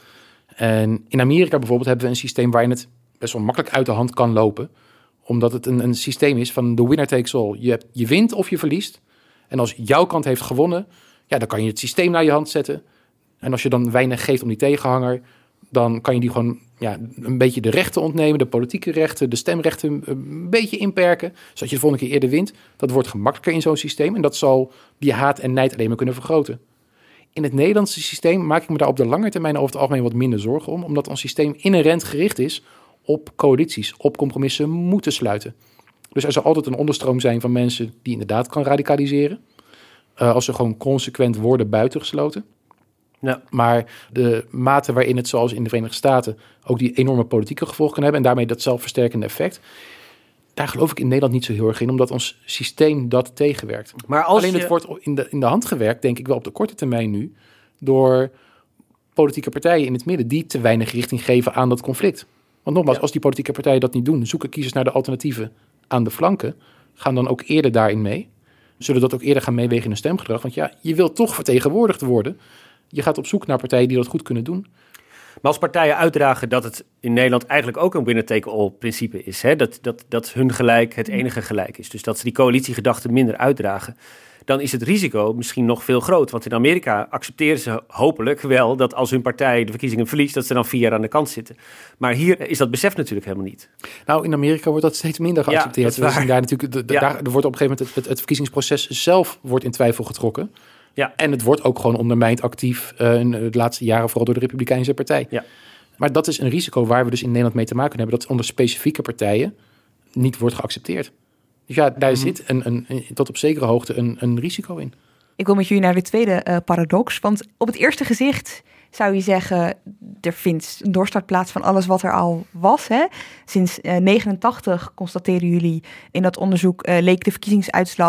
En in Amerika bijvoorbeeld hebben we een systeem waarin het best wel makkelijk uit de hand kan lopen. Omdat het een, een systeem is van de winner takes all. Je, hebt, je wint of je verliest. En als jouw kant heeft gewonnen, ja, dan kan je het systeem naar je hand zetten. En als je dan weinig geeft om die tegenhanger, dan kan je die gewoon ja, een beetje de rechten ontnemen, de politieke rechten, de stemrechten een beetje inperken, zodat je de volgende keer eerder wint. Dat wordt gemakkelijker in zo'n systeem en dat zal die haat en nijd alleen maar kunnen vergroten. In het Nederlandse systeem maak ik me daar op de lange termijn over het algemeen wat minder zorgen om, omdat ons systeem inherent gericht is op coalities, op compromissen moeten sluiten. Dus er zal altijd een onderstroom zijn van mensen die inderdaad kan radicaliseren, uh, als ze gewoon consequent worden buitengesloten. Ja. Maar de mate waarin het, zoals in de Verenigde Staten, ook die enorme politieke gevolgen kan hebben en daarmee dat zelfversterkende effect, daar geloof ik in Nederland niet zo heel erg in, omdat ons systeem dat tegenwerkt. Maar als Alleen je... het wordt in de, in de hand gewerkt, denk ik wel op de korte termijn nu, door politieke partijen in het midden die te weinig richting geven aan dat conflict. Want nogmaals, ja. als die politieke partijen dat niet doen, zoeken kiezers naar de alternatieven aan de flanken, gaan dan ook eerder daarin mee. Zullen dat ook eerder gaan meewegen in hun stemgedrag. Want ja, je wilt toch vertegenwoordigd worden. Je gaat op zoek naar partijen die dat goed kunnen doen. Maar als partijen uitdragen dat het in Nederland eigenlijk ook een winner-take-all principe is, hè? Dat, dat, dat hun gelijk het enige gelijk is. Dus dat ze die coalitiegedachte minder uitdragen. Dan is het risico misschien nog veel groter. Want in Amerika accepteren ze hopelijk wel dat als hun partij de verkiezingen verliest, dat ze dan vier jaar aan de kant zitten. Maar hier is dat besef natuurlijk helemaal niet. Nou, in Amerika wordt dat steeds minder geaccepteerd. Ja, dat is waar. Daar natuurlijk, de, de, ja. daar, er wordt op een gegeven moment het, het, het verkiezingsproces zelf wordt in twijfel getrokken. Ja. En het wordt ook gewoon ondermijnd actief uh, in de laatste jaren, vooral door de Republikeinse partij. Ja. Maar dat is een risico waar we dus in Nederland mee te maken hebben, dat onder specifieke partijen niet wordt geaccepteerd. Dus ja, daar mm-hmm. zit een, een, een, tot op zekere hoogte een, een risico in. Ik wil met jullie naar de tweede uh, paradox. Want op het eerste gezicht zou je zeggen, er vindt een doorstart plaats van alles wat er al was. Hè? Sinds uh, negenentachtig constateren jullie in dat onderzoek, uh, leek de verkiezingsuitslag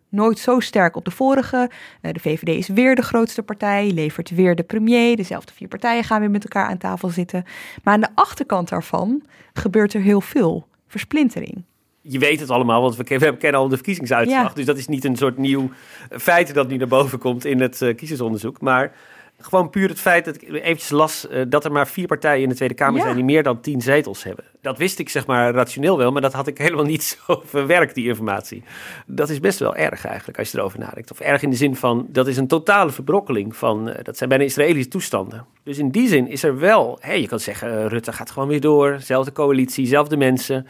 nooit zo sterk op de vorige. Uh, de V V D is weer de grootste partij, levert weer de premier. Dezelfde vier partijen gaan weer met elkaar aan tafel zitten. Maar aan de achterkant daarvan gebeurt er heel veel versplintering. Je weet het allemaal, want we kennen, we kennen al de verkiezingsuitslag. Ja. Dus dat is niet een soort nieuw feit dat nu naar boven komt in het uh, kiezersonderzoek. Maar gewoon puur het feit dat ik eventjes las uh, dat er maar vier partijen in de Tweede Kamer ja. zijn die meer dan tien zetels hebben. Dat wist ik zeg maar rationeel wel, maar dat had ik helemaal niet zo verwerkt, die informatie. Dat is best wel erg eigenlijk, als je erover nadenkt. Of erg in de zin van, dat is een totale verbrokkeling van, uh, dat zijn bijna Israëlische toestanden. Dus in die zin is er wel, hey, je kan zeggen, uh, Rutte gaat gewoon weer door, zelfde coalitie, zelfde mensen.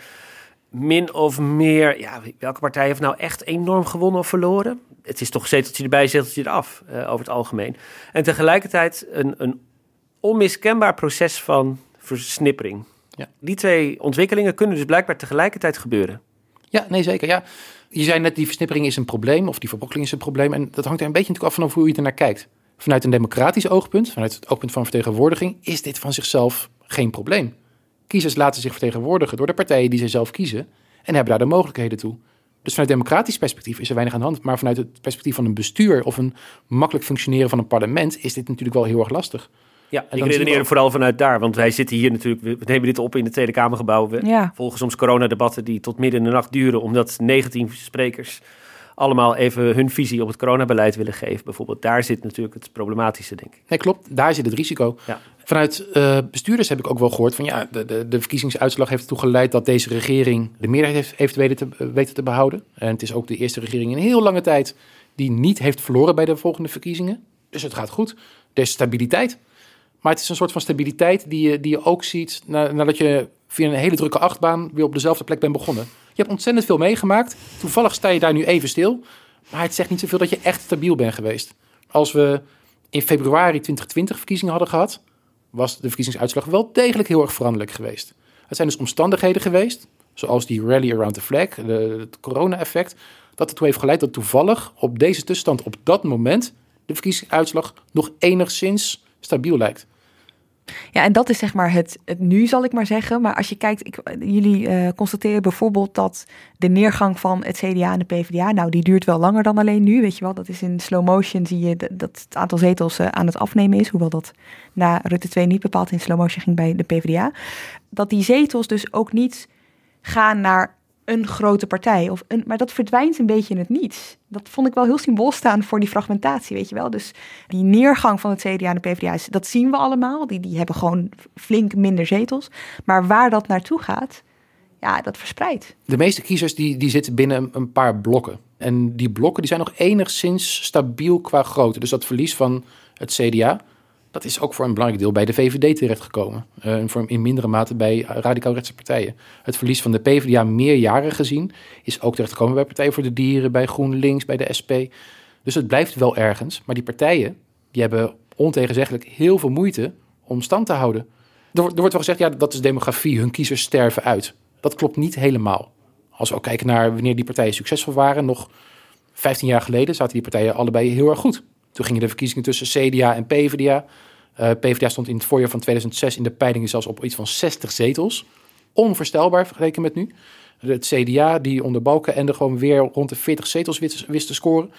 Min of meer, ja, welke partij heeft nou echt enorm gewonnen of verloren? Het is toch zeteltje erbij, zeteltje eraf, uh, over het algemeen. En tegelijkertijd een, een onmiskenbaar proces van versnippering. Ja. Die twee ontwikkelingen kunnen dus blijkbaar tegelijkertijd gebeuren. Ja, nee, zeker. Ja. Je zei net, die versnippering is een probleem, of die verbrokkeling is een probleem. En dat hangt er een beetje natuurlijk af van hoe je er naar kijkt. Vanuit een democratisch oogpunt, vanuit het oogpunt van vertegenwoordiging, is dit van zichzelf geen probleem. Kiezers laten zich vertegenwoordigen door de partijen die ze zelf kiezen en hebben daar de mogelijkheden toe. Dus vanuit democratisch perspectief is er weinig aan de hand. Maar vanuit het perspectief van een bestuur of een makkelijk functioneren van een parlement is dit natuurlijk wel heel erg lastig. Ja, en ik redeneer vooral vanuit daar, want wij zitten hier natuurlijk, we nemen dit op in het Tweede Kamergebouw. We ja. volgen soms coronadebatten die tot midden in de nacht duren, omdat negentien sprekers allemaal even hun visie op het coronabeleid willen geven. Bijvoorbeeld, daar zit natuurlijk het problematische, denk ik. Nee, klopt. Daar zit het risico. Ja. Vanuit uh, bestuurders heb ik ook wel gehoord van ja, de, de, de verkiezingsuitslag heeft ertoe geleid dat deze regering de meerderheid heeft, heeft weten, te, weten te behouden. En het is ook de eerste regering in een heel lange tijd die niet heeft verloren bij de volgende verkiezingen. Dus het gaat goed. Er is stabiliteit. Maar het is een soort van stabiliteit die je, die je ook ziet na, nadat je via een hele drukke achtbaan weer op dezelfde plek bent begonnen. Je hebt ontzettend veel meegemaakt. Toevallig sta je daar nu even stil. Maar het zegt niet zoveel dat je echt stabiel bent geweest. Als we in februari twintig twintig verkiezingen hadden gehad, was de verkiezingsuitslag wel degelijk heel erg veranderlijk geweest. Het zijn dus omstandigheden geweest, zoals die rally around the flag, de, het corona-effect, dat ertoe heeft geleid dat toevallig op deze tussenstand op dat moment de verkiezingsuitslag nog enigszins stabiel lijkt. Ja, en dat is zeg maar het, het nu, zal ik maar zeggen. Maar als je kijkt, ik, jullie uh, constateren bijvoorbeeld dat de neergang van het C D A en de P V D A, nou, die duurt wel langer dan alleen nu, weet je wel. Dat is in slow motion, zie je dat het aantal zetels uh, aan het afnemen is, hoewel dat na Rutte twee niet bepaald in slow motion ging bij de P V D A. Dat die zetels dus ook niet gaan naar een grote partij. Of een, maar dat verdwijnt een beetje in het niets. Dat vond ik wel heel symbool staan voor die fragmentatie, weet je wel. Dus die neergang van het C D A en de P V D A, dat zien we allemaal. Die, die hebben gewoon flink minder zetels. Maar waar dat naartoe gaat, ja, dat verspreidt. De meeste kiezers die, die zitten binnen een paar blokken. En die blokken die zijn nog enigszins stabiel qua grootte. Dus dat verlies van het C D A, dat is ook voor een belangrijk deel bij de V V D terechtgekomen. Uh, voor in mindere mate bij radicaal-rechtse partijen. Het verlies van de P V D A meer jaren gezien is ook terechtgekomen bij Partij voor de Dieren, bij GroenLinks, bij de S P. Dus het blijft wel ergens. Maar die partijen die hebben ontegenzeggelijk heel veel moeite om stand te houden. Er, er wordt wel gezegd, ja, dat is demografie, hun kiezers sterven uit. Dat klopt niet helemaal. Als we ook kijken naar wanneer die partijen succesvol waren, nog vijftien jaar geleden zaten die partijen allebei heel erg goed. Toen gingen de verkiezingen tussen C D A en P V D A. Uh, P V D A stond in het voorjaar van tweeduizend zes in de peilingen zelfs op iets van zestig zetels. Onvoorstelbaar vergeleken met nu. Het C D A die onder Balkenende gewoon weer rond de veertig zetels wist, wist te scoren.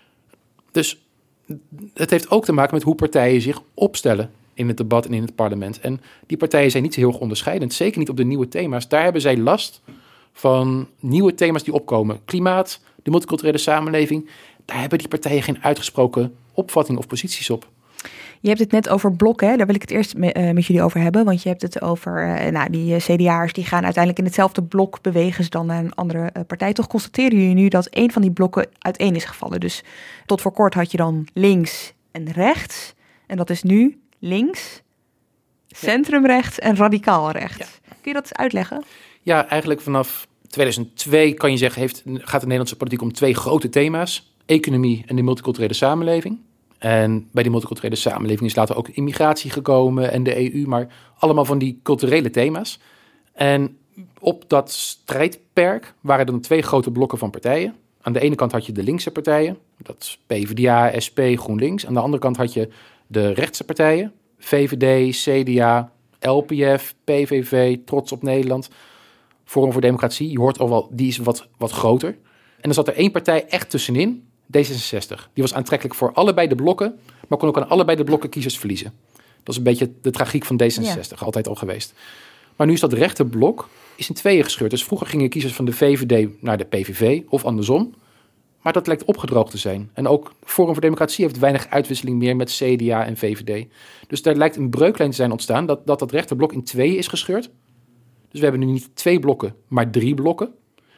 Dus het heeft ook te maken met hoe partijen zich opstellen in het debat en in het parlement. En die partijen zijn niet zo heel erg onderscheidend. Zeker niet op de nieuwe thema's. Daar hebben zij last van nieuwe thema's die opkomen. Klimaat, de multiculturele samenleving. Daar hebben die partijen geen uitgesproken opvatting of posities op. Je hebt het net over blokken, hè? Daar wil ik het eerst me, uh, met jullie over hebben. Want je hebt het over, uh, nou, die uh, C D A'ers die gaan uiteindelijk in hetzelfde blok bewegen ze dan naar een andere uh, partij. Toch constateren jullie nu dat een van die blokken uiteen is gevallen. Dus tot voor kort had je dan links en rechts. En dat is nu links, centrumrechts en radicaal rechts. Ja. Kun je dat eens uitleggen? Ja, eigenlijk vanaf tweeduizend twee kan je zeggen, heeft, gaat de Nederlandse politiek om twee grote thema's. Economie en de multiculturele samenleving. En bij die multiculturele samenleving is later ook immigratie gekomen en de E U, maar allemaal van die culturele thema's. En op dat strijdperk waren er dan twee grote blokken van partijen. Aan de ene kant had je de linkse partijen, dat is P V D A, S P, GroenLinks. Aan de andere kant had je de rechtse partijen, V V D, C D A, L P F, P V V, Trots op Nederland, Forum voor Democratie. Je hoort al wel, die is wat, wat groter. En dan zat er één partij echt tussenin, D zesenzestig. Die was aantrekkelijk voor allebei de blokken, maar kon ook aan allebei de blokken kiezers verliezen. Dat is een beetje de tragiek van D zesenzestig, ja. Altijd al geweest. Maar nu is dat rechterblok is in tweeën gescheurd. Dus vroeger gingen kiezers van de V V D naar de P V V of andersom. Maar dat lijkt opgedroogd te zijn. En ook Forum voor Democratie heeft weinig uitwisseling meer met C D A en V V D. Dus daar lijkt een breuklijn te zijn ontstaan dat dat, dat rechterblok in tweeën is gescheurd. Dus we hebben nu niet twee blokken, maar drie blokken.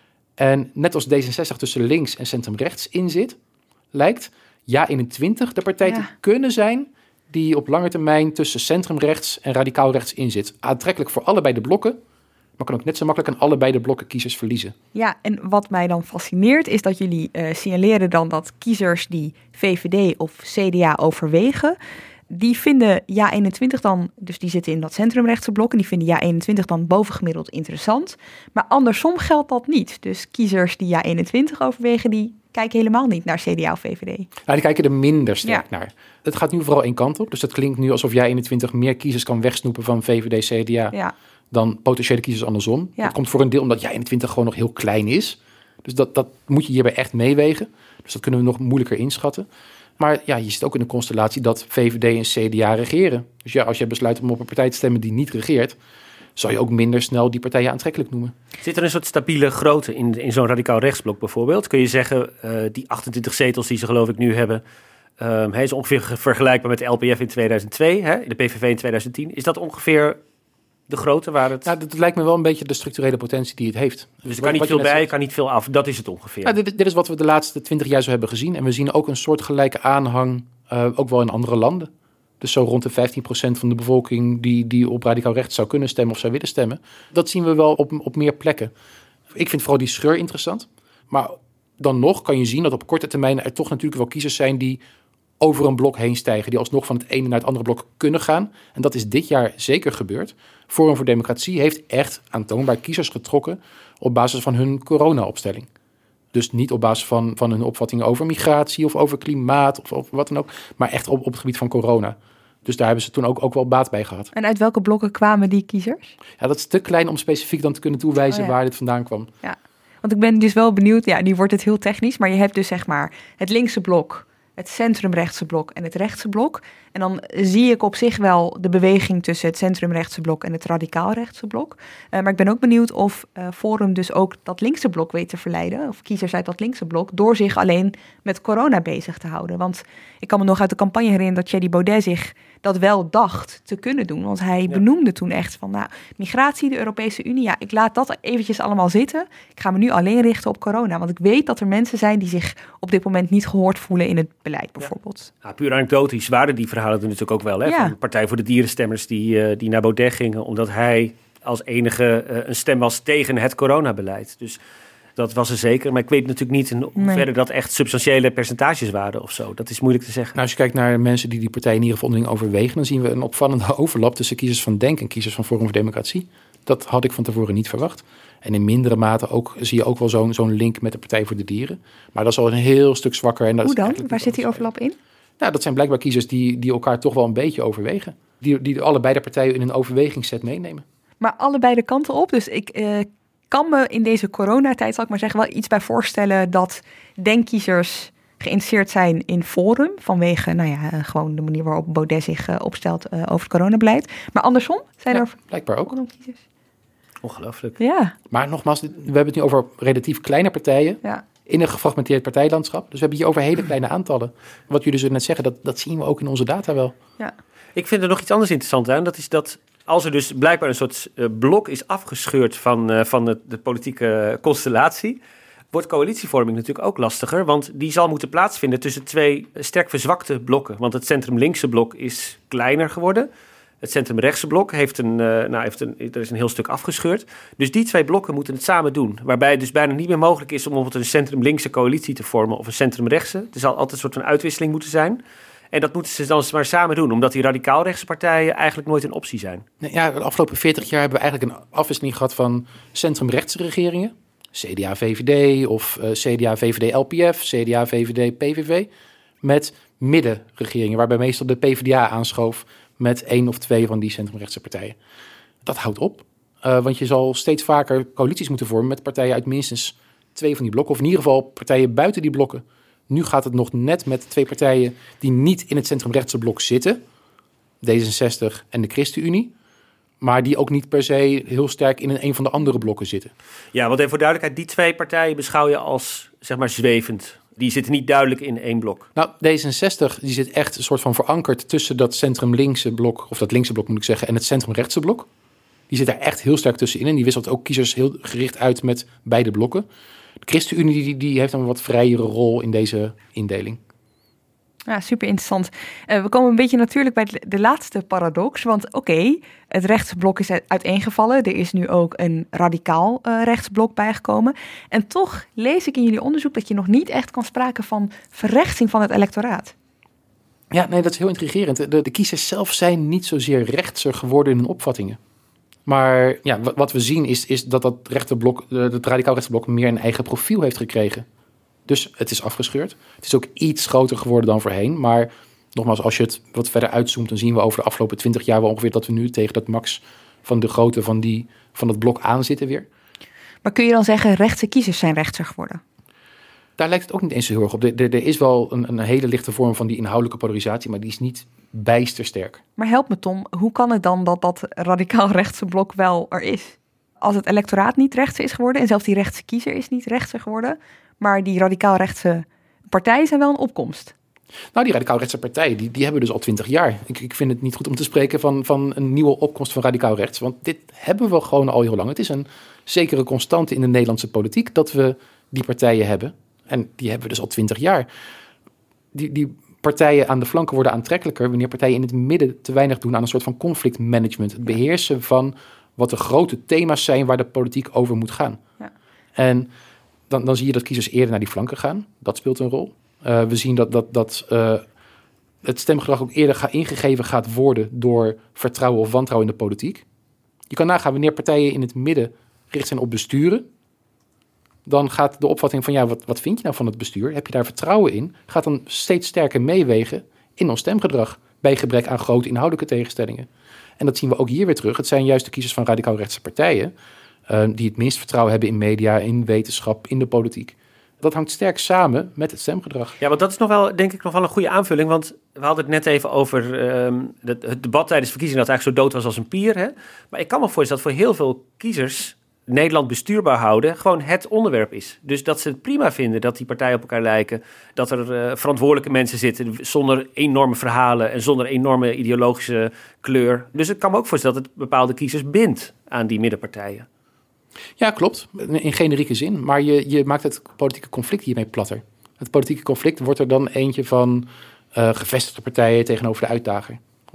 En net als D zesenzestig tussen links en centrum-rechts in zit, lijkt Ja eenentwintig de partij ja. te kunnen zijn die op lange termijn tussen centrum-rechts en radicaal-rechts in zit. Aantrekkelijk voor allebei de blokken, maar kan ook net zo makkelijk aan allebei de blokken kiezers verliezen. Ja, en wat mij dan fascineert is dat jullie uh, signaleren dan dat kiezers die V V D of C D A overwegen, die vinden Ja eenentwintig dan, dus die zitten in dat centrumrechtse blok en die vinden Ja eenentwintig dan bovengemiddeld interessant. Maar andersom geldt dat niet. Dus kiezers die Ja eenentwintig overwegen, die kijken helemaal niet naar C D A of V V D. Nou, die kijken er minder sterk ja. naar. Het gaat nu vooral één kant op. Dus dat klinkt nu alsof Ja eenentwintig meer kiezers kan wegsnoepen van V V D, C D A ja. dan potentiële kiezers andersom. Ja. Dat komt voor een deel omdat Ja eenentwintig gewoon nog heel klein is. Dus dat, dat moet je hierbij echt meewegen. Dus dat kunnen we nog moeilijker inschatten. Maar ja, je zit ook in een constellatie dat V V D en C D A regeren. Dus ja, als je besluit om op een partij te stemmen die niet regeert, zou je ook minder snel die partijen aantrekkelijk noemen. Zit er een soort stabiele grootte in, in zo'n radicaal rechtsblok bijvoorbeeld? Kun je zeggen, uh, die achtentwintig zetels die ze geloof ik nu hebben, um, hij is ongeveer vergelijkbaar met de L P F in tweeduizend twee, hè, de P V V in tweeduizend tien. Is dat ongeveer de grootte waar het... Nou, dat lijkt me wel een beetje de structurele potentie die het heeft. Dus er kan niet veel bij, zegt, kan niet veel af. Dat is het ongeveer. Nou, dit, dit is wat we de laatste twintig jaar zo hebben gezien. En we zien ook een soort gelijke aanhang, uh, ook wel in andere landen. Dus zo rond de vijftien procent van de bevolking die, die op radicaal rechts zou kunnen stemmen of zou willen stemmen. Dat zien we wel op, op meer plekken. Ik vind vooral die scheur interessant. Maar dan nog kan je zien dat op korte termijn er toch natuurlijk wel kiezers zijn die over een blok heen stijgen, die alsnog van het ene naar het andere blok kunnen gaan. En dat is dit jaar zeker gebeurd. Forum voor Democratie heeft echt aantoonbaar kiezers getrokken op basis van hun corona-opstelling. Dus niet op basis van, van hun opvattingen over migratie of over klimaat of, of wat dan ook, maar echt op, op het gebied van corona. Dus daar hebben ze toen ook, ook wel baat bij gehad. En uit welke blokken kwamen die kiezers? Ja, dat is te klein om specifiek dan te kunnen toewijzen oh, ja. waar dit vandaan kwam. Ja, want ik ben dus wel benieuwd, ja, nu wordt het heel technisch, maar je hebt dus zeg maar het linkse blok, het centrumrechtse blok en het rechtse blok. En dan zie ik op zich wel de beweging tussen het centrumrechtse blok en het radicaalrechtse blok. Uh, maar ik ben ook benieuwd of uh, Forum dus ook dat linkse blok weet te verleiden, of kiezers uit dat linkse blok, door zich alleen met corona bezig te houden. Want ik kan me nog uit de campagne herinneren dat Thierry Baudet zich dat wel dacht te kunnen doen. Want hij ja. benoemde toen echt van, nou, migratie, de Europese Unie, ja, ik laat dat eventjes allemaal zitten. Ik ga me nu alleen richten op corona. Want ik weet dat er mensen zijn die zich op dit moment niet gehoord voelen in het beleid bijvoorbeeld. Ja. Ja, puur anekdotisch waren die verhalen er natuurlijk ook wel. Hè? Ja. Van de Partij voor de Dierenstemmers die, uh, die naar Baudet gingen, omdat hij als enige uh, een stem was tegen het coronabeleid. Dus dat was er zeker. Maar ik weet natuurlijk niet in hoeverre nee. dat echt substantiële percentages waren of zo. Dat is moeilijk te zeggen. Nou, als je kijkt naar mensen die die partij in ieder geval onderling overwegen, dan zien we een opvallende overlap tussen kiezers van Denk en kiezers van Forum voor Democratie. Dat had ik van tevoren niet verwacht. En in mindere mate ook, zie je ook wel zo'n, zo'n link met de Partij voor de Dieren. Maar dat is al een heel stuk zwakker. En dat Hoe dan? Is Waar zit die overlap in? Nou, dat zijn blijkbaar kiezers die, die elkaar toch wel een beetje overwegen. Die, die allebei de partijen in een overwegingsset meenemen. Maar allebei de kanten op. Dus ik uh, kan me in deze coronatijd, zal ik maar zeggen, wel iets bij voorstellen dat denkkiezers geïnteresseerd zijn in Forum. Vanwege, nou ja, uh, gewoon de manier waarop Baudet zich uh, opstelt uh, over het coronabeleid. Maar andersom zijn ja, er blijkbaar ook kiezers. Ongelooflijk. Ja. Maar nogmaals, we hebben het nu over relatief kleine partijen. Ja. In een gefragmenteerd partijlandschap. Dus we hebben het hier over hele kleine aantallen. Wat jullie zullen net zeggen, dat, dat zien we ook in onze data wel. Ja. Ik vind er nog iets anders interessant aan. Dat is dat als er dus blijkbaar een soort uh, blok is afgescheurd van, uh, van de, de politieke constellatie, wordt coalitievorming natuurlijk ook lastiger. Want die zal moeten plaatsvinden tussen twee sterk verzwakte blokken. Want het centrum-linkse blok is kleiner geworden. Het centrum-rechtse blok heeft een, uh, nou, heeft een, er is een heel stuk afgescheurd. Dus die twee blokken moeten het samen doen. Waarbij het dus bijna niet meer mogelijk is om bijvoorbeeld een centrum-linkse coalitie te vormen of een centrum-rechtse. Er zal altijd een soort van uitwisseling moeten zijn. En dat moeten ze dan maar samen doen, omdat die radicaal-rechtse partijen eigenlijk nooit een optie zijn. Ja, de afgelopen veertig jaar hebben we eigenlijk een afwisseling gehad van centrum-rechtse regeringen. C D A V V D of uh, C D A V V D L P F, C D A V V D P V V. Met middenregeringen, waarbij meestal de P V D A aanschoof met één of twee van die centrumrechtse partijen. Dat houdt op, uh, want je zal steeds vaker coalities moeten vormen met partijen uit minstens twee van die blokken, of in ieder geval partijen buiten die blokken. Nu gaat het nog net met twee partijen die niet in het centrumrechtse blok zitten. D zesenzestig en de ChristenUnie. Maar die ook niet per se heel sterk in een van de andere blokken zitten. Ja, want even voor duidelijkheid, die twee partijen beschouw je als, zeg maar, zwevend. Die zitten niet duidelijk in één blok. Nou, D zesenzestig die zit echt een soort van verankerd tussen dat centrum-linkse blok, of dat linkse blok moet ik zeggen, en het centrum-rechtse blok. Die zit daar echt heel sterk tussenin en die wisselt ook kiezers heel gericht uit met beide blokken. De ChristenUnie die, die heeft een wat vrijere rol in deze indeling. Ja, super interessant. Uh, we komen een beetje natuurlijk bij de, de laatste paradox. Want oké, okay, het rechtsblok is uiteengevallen. Er is nu ook een radicaal uh, rechtsblok bijgekomen. En toch lees ik in jullie onderzoek dat je nog niet echt kan sprake van verrechtsing van het electoraat. Ja, nee, dat is heel intrigerend. De, de kiezers zelf zijn niet zozeer rechtser geworden in hun opvattingen. Maar ja, wat, wat we zien is, is dat dat rechterblok, het radicaal rechtsblok meer een eigen profiel heeft gekregen. Dus het is afgescheurd. Het is ook iets groter geworden dan voorheen. Maar nogmaals, als je het wat verder uitzoomt, dan zien we over de afgelopen twintig jaar wel ongeveer dat we nu tegen dat max van de grootte van, die, van het blok aan zitten weer. Maar kun je dan zeggen, rechtse kiezers zijn rechtser geworden? Daar lijkt het ook niet eens zo heel erg op. Er, er, er is wel een, een hele lichte vorm van die inhoudelijke polarisatie, maar die is niet bijster sterk. Maar help me, Tom, hoe kan het dan dat dat radicaal rechtse blok wel er is? Als het electoraat niet rechtser is geworden en zelfs die rechtse kiezer is niet rechtser geworden, maar die radicaal-rechtse partijen zijn wel een opkomst. Nou, die radicaal-rechtse partijen, die, die hebben we dus al twintig jaar. Ik, ik vind het niet goed om te spreken van, van een nieuwe opkomst van radicaal-rechts. Want dit hebben we gewoon al heel lang. Het is een zekere constante in de Nederlandse politiek dat we die partijen hebben. En die hebben we dus al twintig jaar. Die, die partijen aan de flanken worden aantrekkelijker wanneer partijen in het midden te weinig doen aan een soort van conflictmanagement. Het beheersen van wat de grote thema's zijn waar de politiek over moet gaan. Ja. En Dan, dan zie je dat kiezers eerder naar die flanken gaan. Dat speelt een rol. Uh, we zien dat, dat, dat uh, het stemgedrag ook eerder ga, ingegeven gaat worden door vertrouwen of wantrouwen in de politiek. Je kan nagaan wanneer partijen in het midden gericht zijn op besturen. Dan gaat de opvatting van ja, wat, wat vind je nou van het bestuur? Heb je daar vertrouwen in? Gaat dan steeds sterker meewegen in ons stemgedrag. Bij gebrek aan grote inhoudelijke tegenstellingen. En dat zien we ook hier weer terug. Het zijn juist de kiezers van radicaal-rechtse partijen Uh, die het minst vertrouwen hebben in media, in wetenschap, in de politiek. Dat hangt sterk samen met het stemgedrag. Ja, want dat is nog wel, denk ik, nog wel een goede aanvulling. Want we hadden het net even over um, het, het debat tijdens de verkiezingen dat eigenlijk zo dood was als een pier. Hè? Maar ik kan me voorstellen dat voor heel veel kiezers Nederland bestuurbaar houden gewoon het onderwerp is. Dus dat ze het prima vinden dat die partijen op elkaar lijken. Dat er uh, verantwoordelijke mensen zitten zonder enorme verhalen en zonder enorme ideologische kleur. Dus ik kan me ook voorstellen dat het bepaalde kiezers bindt aan die middenpartijen. Ja, klopt. In generieke zin. Maar je, je maakt het politieke conflict hiermee platter. Het politieke conflict wordt er dan eentje van uh, gevestigde partijen tegenover de uitdager.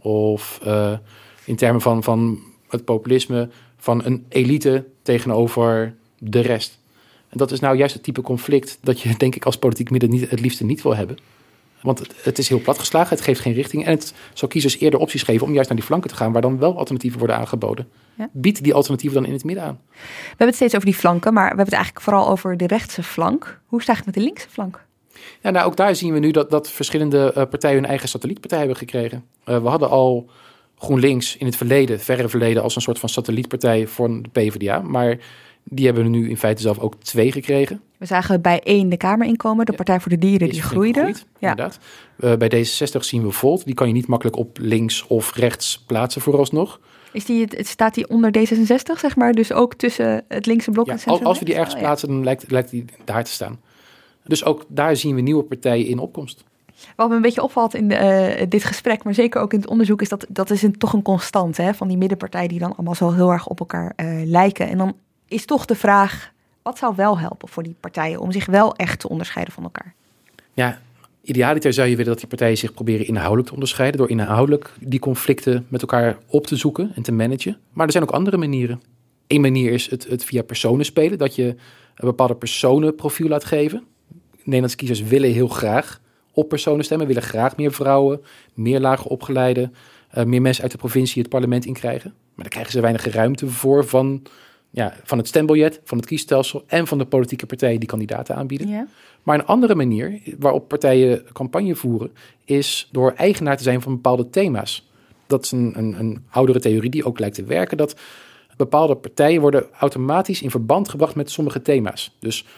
Of uh, in termen van, van het populisme van een elite tegenover de rest. En dat is nou juist het type conflict dat je denk ik als politiek midden niet, het liefste niet wil hebben. Want het, het is heel platgeslagen, het geeft geen richting. En het zal kiezers eerder opties geven om juist naar die flanken te gaan, waar dan wel alternatieven worden aangeboden. Ja. Bied die alternatieven dan in het midden aan. We hebben het steeds over die flanken, maar we hebben het eigenlijk vooral over de rechtse flank. Hoe is het eigenlijk met de linkse flank? Ja, nou ook daar zien we nu dat, dat verschillende uh, partijen hun eigen satellietpartij hebben gekregen. Uh, we hadden al GroenLinks in het verleden, verre verleden, als een soort van satellietpartij voor de PvdA. Maar die hebben er nu in feite zelf ook twee gekregen. We zagen bij één de Kamer inkomen, de ja. Partij voor de Dieren, die groeide. Gegroeid, ja. Inderdaad. Uh, bij D zesenzestig zien we Volt. Die kan je niet makkelijk op links of rechts plaatsen vooralsnog. Is die, staat die onder D zesenzestig, zeg maar? Dus ook tussen het linkse blok ja, en het centrum? Als we die ergens oh, plaatsen, ja. dan lijkt, lijkt die daar te staan. Dus ook daar zien we nieuwe partijen in opkomst. Wat me een beetje opvalt in de, uh, dit gesprek, maar zeker ook in het onderzoek, is dat dat is een, toch een constant, hè, van die middenpartijen die dan allemaal zo heel erg op elkaar uh, lijken. En dan is toch de vraag, wat zou wel helpen voor die partijen om zich wel echt te onderscheiden van elkaar? Ja, idealiter zou je willen dat die partijen zich proberen inhoudelijk te onderscheiden, door inhoudelijk die conflicten met elkaar op te zoeken en te managen. Maar er zijn ook andere manieren. Eén manier is het, het via personen spelen, dat je een bepaalde personenprofiel laat geven. Nederlandse kiezers willen heel graag op personen stemmen, willen graag meer vrouwen, meer lager opgeleide, uh, meer mensen uit de provincie het parlement in krijgen. Maar daar krijgen ze weinig ruimte voor van, ja, van het stembiljet, van het kiesstelsel en van de politieke partijen die kandidaten aanbieden. Ja. Maar een andere manier waarop partijen campagne voeren is door eigenaar te zijn van bepaalde thema's. Dat is een, een, een oudere theorie die ook lijkt te werken, dat bepaalde partijen worden automatisch in verband gebracht met sommige thema's. Dus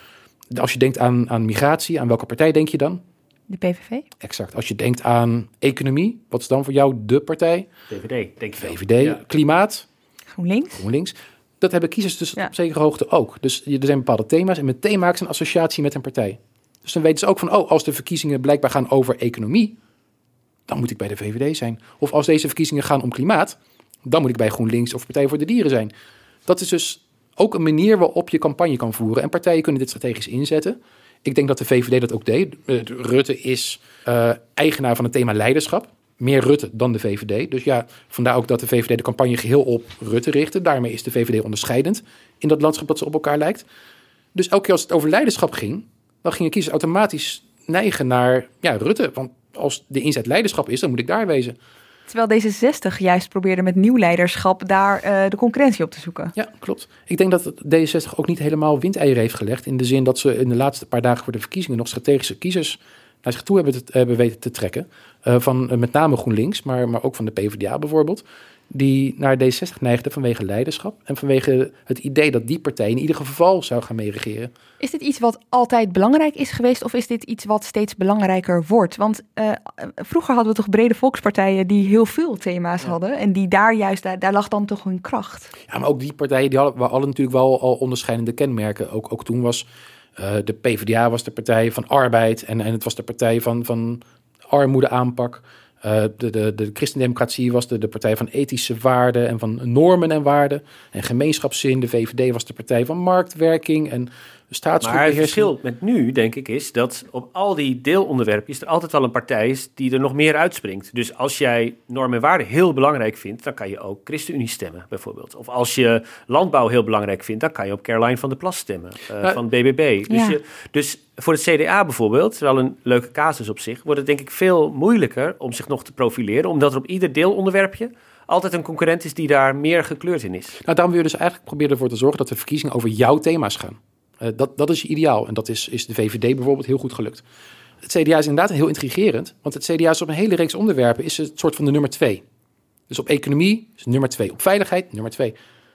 Als je denkt aan, aan migratie, aan welke partij denk je dan? De P V V? Exact. Als je denkt aan economie, wat is dan voor jou de partij? V V D, denk ik. V V D, ja. Klimaat. GroenLinks. GroenLinks. Dat hebben kiezers dus ja. op zekere hoogte ook. Dus er zijn bepaalde thema's en meteen maken ze een associatie met een partij. Dus dan weten ze ook van, oh, als de verkiezingen blijkbaar gaan over economie, dan moet ik bij de V V D zijn. Of als deze verkiezingen gaan om klimaat, dan moet ik bij GroenLinks of Partij voor de Dieren zijn. Dat is dus ook een manier waarop je campagne kan voeren. En partijen kunnen dit strategisch inzetten. Ik denk dat de V V D dat ook deed. Rutte is uh, eigenaar van het thema leiderschap. Meer Rutte dan de V V D. Dus ja, vandaar ook dat de V V D de campagne geheel op Rutte richtte. Daarmee is de V V D onderscheidend in dat landschap dat ze op elkaar lijkt. Dus elke keer als het over leiderschap ging, dan gingen kiezers automatisch neigen naar ja, Rutte. Want als de inzet leiderschap is, dan moet ik daar wezen. Terwijl D zesenzestig juist probeerde met nieuw leiderschap daar uh, de concurrentie op te zoeken. Ja, klopt. Ik denk dat D zesenzestig ook niet helemaal windeieren heeft gelegd. In de zin dat ze in de laatste paar dagen voor de verkiezingen nog strategische kiezers naar zich toe hebben, te, hebben weten te trekken. Uh, van uh, met name GroenLinks, maar, maar ook van de P v d A bijvoorbeeld. Die naar D zesenzestig neigden vanwege leiderschap. En vanwege het idee dat die partij in ieder geval zou gaan meeregeren. Is dit iets wat altijd belangrijk is geweest? Of is dit iets wat steeds belangrijker wordt? Want uh, vroeger hadden we toch brede volkspartijen die heel veel thema's ja. hadden. En die daar juist, daar, daar lag dan toch hun kracht. Ja, maar ook die partijen die hadden, hadden natuurlijk wel al onderscheidende kenmerken. Ook, ook toen was uh, de P v d A was de partij van arbeid. En, en het was de partij van, van armoedeaanpak. Uh, de, de, de christendemocratie was de, de partij van ethische waarden en van normen en waarden en gemeenschapszin. De V V D was de partij van marktwerking en staatsgoedbeheersing. Maar het verschil met nu, denk ik, is dat op al die deelonderwerpjes er altijd wel een partij is die er nog meer uitspringt. Dus als jij normen en waarden heel belangrijk vindt, dan kan je ook ChristenUnie stemmen, bijvoorbeeld. Of als je landbouw heel belangrijk vindt, dan kan je op Caroline van der Plas stemmen, uh, uh, van B B B. Dus, ja. je, dus voor het C D A bijvoorbeeld, wel een leuke casus op zich, wordt het denk ik veel moeilijker om zich nog te profileren, omdat er op ieder deelonderwerpje altijd een concurrent is die daar meer gekleurd in is. Nou, daarom wil je dus eigenlijk proberen ervoor te zorgen dat de verkiezingen over jouw thema's gaan. Uh, dat, dat is je ideaal en dat is, is de V V D bijvoorbeeld heel goed gelukt. Het C D A is inderdaad heel intrigerend, want het C D A is op een hele reeks onderwerpen is het soort van de nummer twee. Dus op economie is het nummer twee, op veiligheid nummer twee.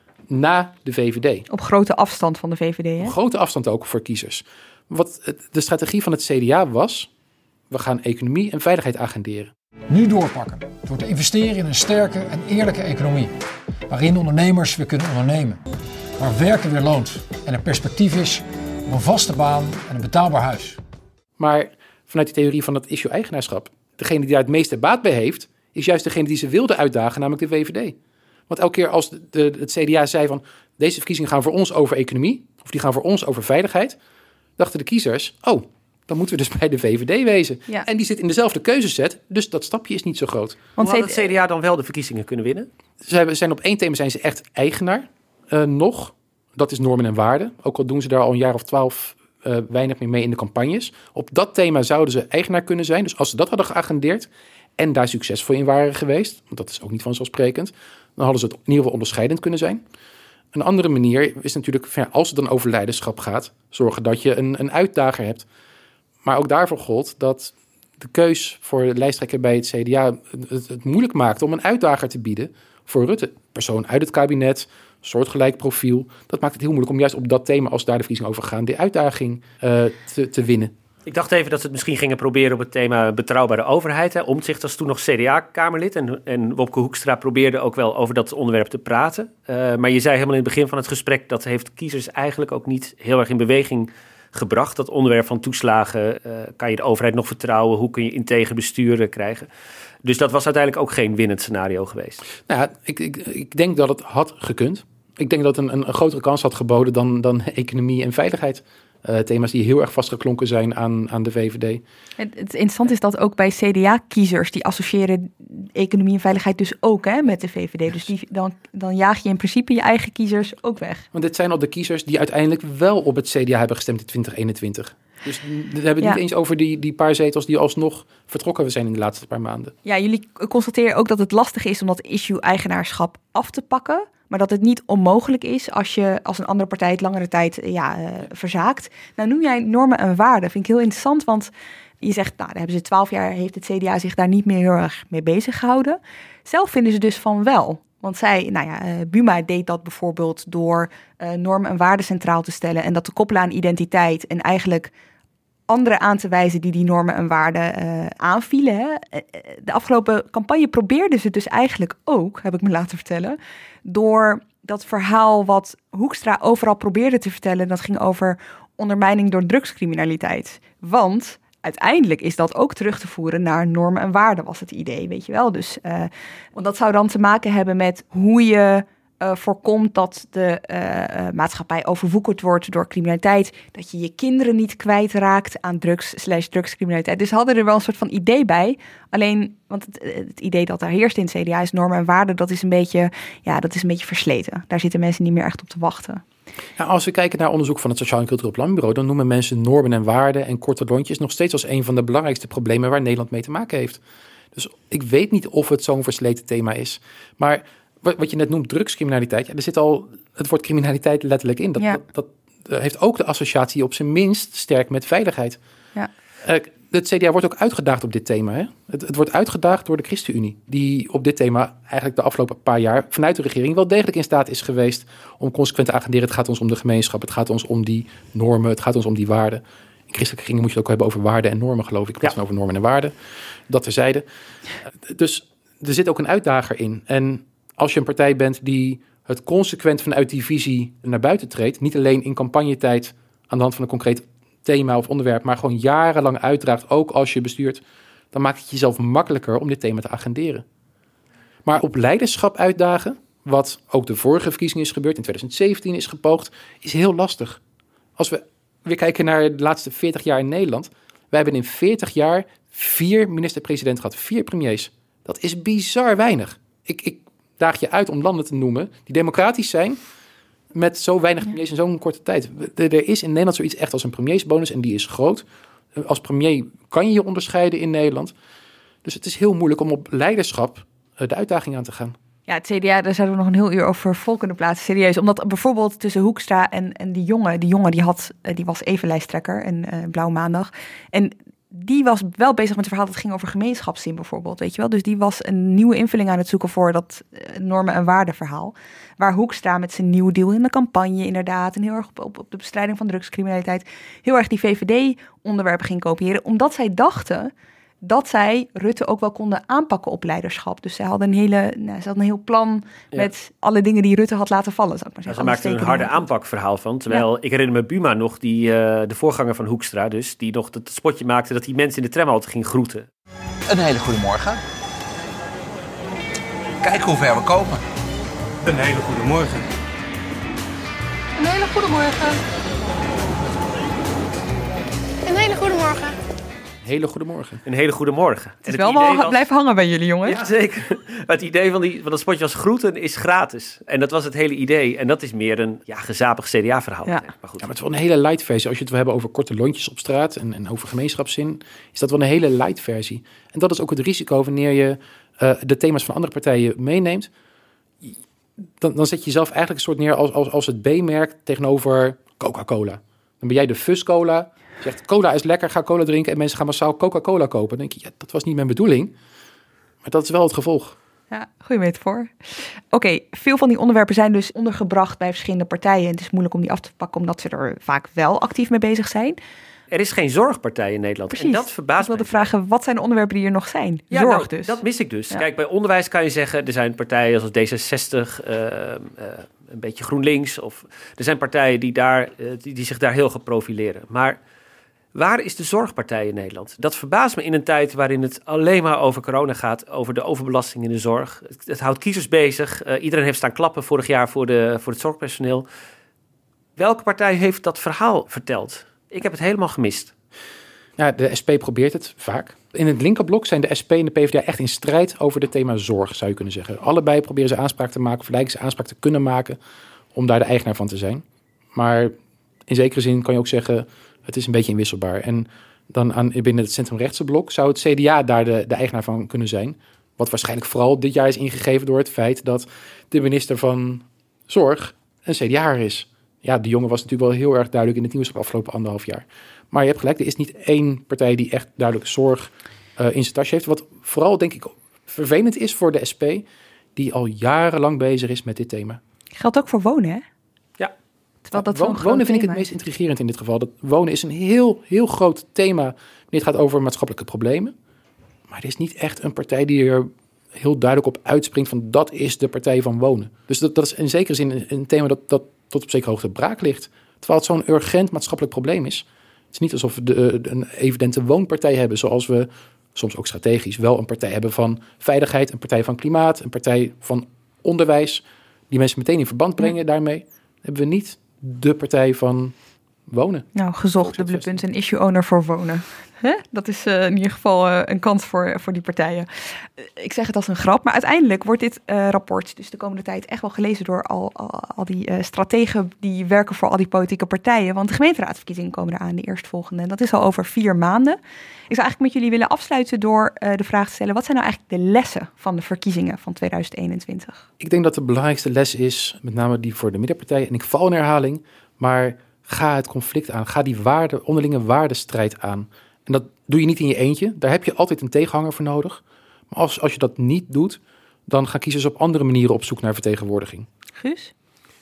Na de V V D. Op grote afstand van de V V D, hè? Op grote afstand ook voor kiezers. Wat de strategie van het C D A was, we gaan economie en veiligheid agenderen. Nu doorpakken door te investeren in een sterke en eerlijke economie, waarin ondernemers weer kunnen ondernemen, waar werken weer loont en er perspectief is op een vaste baan en een betaalbaar huis. Maar vanuit die theorie van het issue eigenaarschap, degene die daar het meeste baat bij heeft, is juist degene die ze wilde uitdagen, namelijk de V V D. Want elke keer als de, de, het C D A zei van deze verkiezingen gaan voor ons over economie, of die gaan voor ons over veiligheid, dachten de kiezers, oh, dan moeten we dus bij de V V D wezen. Ja. En die zit in dezelfde keuzeset, dus dat stapje is niet zo groot. Want had het C D A dan wel de verkiezingen kunnen winnen? Ze zijn op één thema zijn ze echt eigenaar uh, nog. Dat is normen en waarden. Ook al doen ze daar al een jaar of twaalf uh, weinig meer mee in de campagnes. Op dat thema zouden ze eigenaar kunnen zijn. Dus als ze dat hadden geagendeerd en daar succesvol in waren geweest, want dat is ook niet vanzelfsprekend, dan hadden ze het in ieder geval onderscheidend kunnen zijn. Een andere manier is natuurlijk, als het dan over leiderschap gaat, zorgen dat je een, een uitdager hebt. Maar ook daarvoor gold dat de keus voor de lijsttrekker bij het C D A het, het moeilijk maakte om een uitdager te bieden voor Rutte. Persoon uit het kabinet, soortgelijk profiel. Dat maakt het heel moeilijk om juist op dat thema, als daar de verkiezingen over gaan, die uitdaging uh, te, te winnen. Ik dacht even dat ze het misschien gingen proberen op het thema betrouwbare overheid. Hè. Omtzigt was toen nog C D A-Kamerlid en, en Wopke Hoekstra probeerde ook wel over dat onderwerp te praten. Uh, maar je zei helemaal in het begin van het gesprek, dat heeft kiezers eigenlijk ook niet heel erg in beweging gebracht. Dat onderwerp van toeslagen, uh, kan je de overheid nog vertrouwen? Hoe kun je integer bestuur krijgen? Dus dat was uiteindelijk ook geen winnend scenario geweest. Nou ja, ik, ik, ik denk dat het had gekund. Ik denk dat het een, een grotere kans had geboden dan, dan economie en veiligheid. Uh, thema's die heel erg vastgeklonken zijn aan, aan de V V D. Het, het interessante is dat ook bij C D A-kiezers, die associëren economie en veiligheid dus ook hè, met de V V D. Yes. Dus die, dan, dan jaag je in principe je eigen kiezers ook weg. Want dit zijn al de kiezers die uiteindelijk wel op het C D A hebben gestemd in twintig eenentwintig. Dus we hebben het ja. niet eens over die, die paar zetels die alsnog vertrokken zijn in de laatste paar maanden. Ja, jullie constateren ook dat het lastig is om dat issue-eigenaarschap af te pakken. Maar dat het niet onmogelijk is als je als een andere partij het langere tijd ja, uh, verzaakt. Nou noem jij normen en waarden. Vind ik heel interessant, want je zegt, nou, daar hebben ze twaalf jaar, heeft het C D A zich daar niet meer heel erg mee bezig gehouden. Zelf vinden ze dus van wel. Want zij, nou ja, uh, Buma deed dat bijvoorbeeld door uh, normen en waarden centraal te stellen en dat te koppelen aan identiteit en eigenlijk anderen aan te wijzen die die normen en waarden uh, aanvielen. Hè. De afgelopen campagne probeerden ze dus eigenlijk ook, heb ik me laten vertellen, door dat verhaal wat Hoekstra overal probeerde te vertellen, dat ging over ondermijning door drugscriminaliteit. Want uiteindelijk is dat ook terug te voeren naar normen en waarden, was het idee, weet je wel. Dus, uh, want dat zou dan te maken hebben met hoe je uh, voorkomt dat de uh, uh, maatschappij overwoekerd wordt door criminaliteit, dat je je kinderen niet kwijtraakt aan drugs slash drugscriminaliteit. Dus hadden er wel een soort van idee bij. Alleen, want het, het idee dat daar heerst in het C D A is normen en waarden, dat is een beetje, ja, dat is een beetje versleten. Daar zitten mensen niet meer echt op te wachten. Nou, als we kijken naar onderzoek van het Sociaal en Cultureel Planbureau, dan noemen mensen normen en waarden en korte lontjes nog steeds als een van de belangrijkste problemen waar Nederland mee te maken heeft. Dus ik weet niet of het zo'n versleten thema is. Maar wat je net noemt, drugscriminaliteit, ja, er zit al het woord criminaliteit letterlijk in. Dat, ja. dat, dat heeft ook de associatie op zijn minst sterk met veiligheid. Ja. Uh, het C D A wordt ook uitgedaagd op dit thema. Hè? Het, het wordt uitgedaagd door de ChristenUnie, die op dit thema eigenlijk de afgelopen paar jaar vanuit de regering wel degelijk in staat is geweest om consequent te agenderen. Het gaat ons om de gemeenschap, het gaat ons om die normen, het gaat ons om die waarden. In christelijke kringen moet je het ook hebben over waarden en normen, geloof ik. In plaats van over normen en waarden. Dat terzijde. Uh, dus er zit ook een uitdager in. En als je een partij bent die het consequent vanuit die visie naar buiten treedt, niet alleen in campagnetijd aan de hand van een concreet thema of onderwerp, maar gewoon jarenlang uitdraagt, ook als je bestuurt, dan maakt het jezelf makkelijker om dit thema te agenderen. Maar op leiderschap uitdagen, wat ook de vorige verkiezingen is gebeurd, in twintig zeventien is gepoogd, is heel lastig. Als we weer kijken naar de laatste veertig jaar in Nederland, wij hebben in veertig jaar vier minister-presidenten gehad, vier premiers. Dat is bizar weinig. Ik, ik daag je uit om landen te noemen die democratisch zijn met zo weinig premiers in zo'n korte tijd. Er is in Nederland zoiets echt als een premiersbonus en die is groot. Als premier kan je je onderscheiden in Nederland. Dus het is heel moeilijk om op leiderschap de uitdaging aan te gaan. Ja, het C D A, daar zouden we nog een heel uur over vol kunnen plaatsen, serieus. Omdat bijvoorbeeld tussen Hoekstra en, en die jongen, die jongen die, had, die was even lijsttrekker en uh, Blauwe Maandag. En die was wel bezig met het verhaal dat ging over gemeenschapszin bijvoorbeeld, weet je wel. Dus die was een nieuwe invulling aan het zoeken voor dat uh, normen- en waardenverhaal. Waar Hoekstra met zijn nieuwe deal in de campagne inderdaad en heel erg op, op, op de bestrijding van drugscriminaliteit heel erg die V V D-onderwerpen ging kopiëren. Omdat zij dachten dat zij Rutte ook wel konden aanpakken op leiderschap. Dus zij hadden een, hele, nou, ze hadden een heel plan ja. met alle dingen die Rutte had laten vallen, zou ik maar zeggen. Ja, ze maakten er een harde aanpakverhaal van. Terwijl, ja. ik herinner me Buma nog, die, uh, de voorganger van Hoekstra dus, die nog het spotje maakte dat die mensen in de tramhalte ging groeten. Een hele goede morgen. Kijk hoe ver we komen. Een hele goede morgen. Een hele goede morgen. Een hele goede morgen. Hele goede morgen. Een hele goede morgen. Het is het wel wel was... blijven hangen bij jullie, jongens. Ja, zeker. Het idee van, die, van dat spotje was groeten is gratis. En dat was het hele idee. En dat is meer een ja, gezapig C D A-verhaal. Ja. Maar goed. Ja, maar het is wel een hele light versie. Als je het wil hebben over korte lontjes op straat en, en over gemeenschapszin, is dat wel een hele light versie. En dat is ook het risico wanneer je uh, de thema's van andere partijen meeneemt. Dan, dan zet je jezelf eigenlijk een soort neer als, als, als het B-merk tegenover Coca-Cola. Dan ben jij de fus-cola. Zegt, cola is lekker, ga cola drinken en mensen gaan massaal Coca-Cola kopen. Dan denk je, ja, dat was niet mijn bedoeling. Maar dat is wel het gevolg. Ja, goede metafoor. Oké, okay, veel van die onderwerpen zijn dus ondergebracht bij verschillende partijen. Het is moeilijk om die af te pakken, omdat ze er vaak wel actief mee bezig zijn. Er is geen zorgpartij in Nederland. Precies. En dat verbaast me. Ik wilde vragen, wat zijn de onderwerpen die er nog zijn? Ja, Zorg nou, dus. Dat mis ik dus. Ja. Kijk, bij onderwijs kan je zeggen, er zijn partijen zoals D zesenzestig, uh, uh, een beetje GroenLinks. Of er zijn partijen die, daar, uh, die, die zich daar heel gaan profileren. Maar waar is de zorgpartij in Nederland? Dat verbaast me in een tijd waarin het alleen maar over corona gaat, over de overbelasting in de zorg. Het, het houdt kiezers bezig. Uh, iedereen heeft staan klappen vorig jaar voor, de, voor het zorgpersoneel. Welke partij heeft dat verhaal verteld? Ik heb het helemaal gemist. Ja, de S P probeert het vaak. In het linkerblok zijn de S P en de P v d A echt in strijd over het thema zorg, zou je kunnen zeggen. Allebei proberen ze aanspraak te maken, of lijken ze aanspraak te kunnen maken om daar de eigenaar van te zijn. Maar in zekere zin kan je ook zeggen, het is een beetje inwisselbaar. En dan aan, binnen het centrumrechtse blok zou het C D A daar de, de eigenaar van kunnen zijn. Wat waarschijnlijk vooral dit jaar is ingegeven door het feit dat de minister van Zorg een C D A'er is. Ja, die jongen was natuurlijk wel heel erg duidelijk in het nieuws de afgelopen anderhalf jaar. Maar je hebt gelijk, er is niet één partij die echt duidelijk zorg uh, in zijn tasje heeft. Wat vooral, denk ik, vervelend is voor de S P. die al jarenlang bezig is met dit thema. Geldt ook voor wonen, hè? Ja. Terwijl dat Wo- zo'n groot wonen vind ik thema het meest is. intrigerend in dit geval. Dat wonen is een heel, heel groot thema. Dit gaat over maatschappelijke problemen. Maar er is niet echt een partij die er heel duidelijk op uitspringt van dat is de partij van wonen. Dus dat, dat is in zekere zin een, een thema dat, dat tot op zekere hoogte braak ligt. Terwijl het zo'n urgent maatschappelijk probleem is. Het is niet alsof we de, de, een evidente woonpartij hebben, zoals we soms ook strategisch wel een partij hebben van veiligheid, een partij van klimaat, een partij van onderwijs, die mensen meteen in verband brengen ja. daarmee. Hebben we niet de partij van wonen. Nou, gezocht, dubbele punt, een issue owner voor wonen. Hè? Dat is uh, in ieder geval uh, een kans voor, voor die partijen. Uh, ik zeg het als een grap, maar uiteindelijk wordt dit uh, rapport dus de komende tijd echt wel gelezen door al, al, al die uh, strategen die werken voor al die politieke partijen. Want de gemeenteraadsverkiezingen komen eraan, de eerstvolgende. En dat is al over vier maanden. Ik zou eigenlijk met jullie willen afsluiten door uh, de vraag te stellen, wat zijn nou eigenlijk de lessen van de verkiezingen van tweeduizend eenentwintig? Ik denk dat de belangrijkste les is, met name die voor de middenpartijen, en ik val in herhaling, maar ga het conflict aan. Ga die waarde, onderlinge waardestrijd aan. En dat doe je niet in je eentje. Daar heb je altijd een tegenhanger voor nodig. Maar als, als je dat niet doet, dan gaan kiezers op andere manieren op zoek naar vertegenwoordiging. Guus?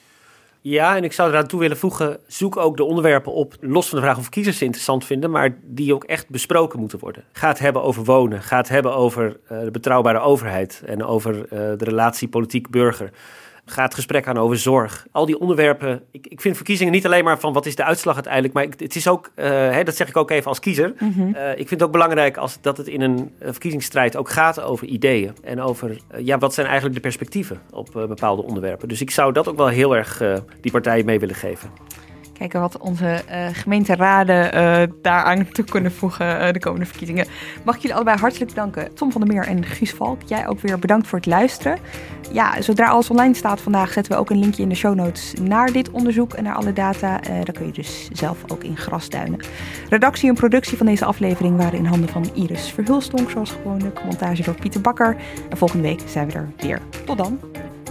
Ja, en ik zou eraan toe willen voegen, zoek ook de onderwerpen op, los van de vraag of kiezers ze interessant vinden, maar die ook echt besproken moeten worden. Ga het hebben over wonen, ga het hebben over uh, de betrouwbare overheid en over uh, de relatie politiek-burger. Ga het gesprek aan over zorg. Al die onderwerpen. Ik, ik vind verkiezingen niet alleen maar van wat is de uitslag uiteindelijk. Maar het is ook, uh, hè, dat zeg ik ook even als kiezer. Mm-hmm. Uh, ik vind het ook belangrijk als, dat het in een verkiezingsstrijd ook gaat over ideeën. En over, uh, ja, wat zijn eigenlijk de perspectieven op uh, bepaalde onderwerpen. Dus ik zou dat ook wel heel erg uh, die partijen mee willen geven. Kijken wat onze uh, gemeenteraden uh, daaraan toe kunnen voegen uh, de komende verkiezingen. Mag ik jullie allebei hartelijk bedanken. Tom van der Meer en Guus Valk. Jij ook weer bedankt voor het luisteren. Ja, zodra alles online staat vandaag zetten we ook een linkje in de show notes naar dit onderzoek en naar alle data. Uh, daar kun je dus zelf ook in grasduinen. Redactie en productie van deze aflevering waren in handen van Iris Verhulstonk, zoals gewoonlijk. Montage door Pieter Bakker. En volgende week zijn we er weer. Tot dan.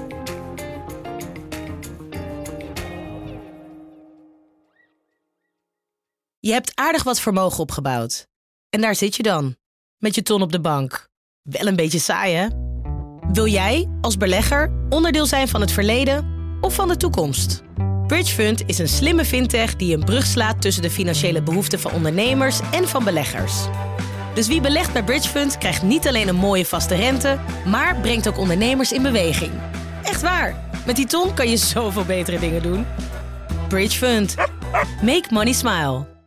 Je hebt aardig wat vermogen opgebouwd. En daar zit je dan, met je ton op de bank. Wel een beetje saai, hè? Wil jij, als belegger, onderdeel zijn van het verleden of van de toekomst? Bridgefund is een slimme fintech die een brug slaat tussen de financiële behoeften van ondernemers en van beleggers. Dus wie belegt bij Bridgefund krijgt niet alleen een mooie vaste rente, maar brengt ook ondernemers in beweging. Echt waar, met die ton kan je zoveel betere dingen doen. Bridgefund. Make money smile.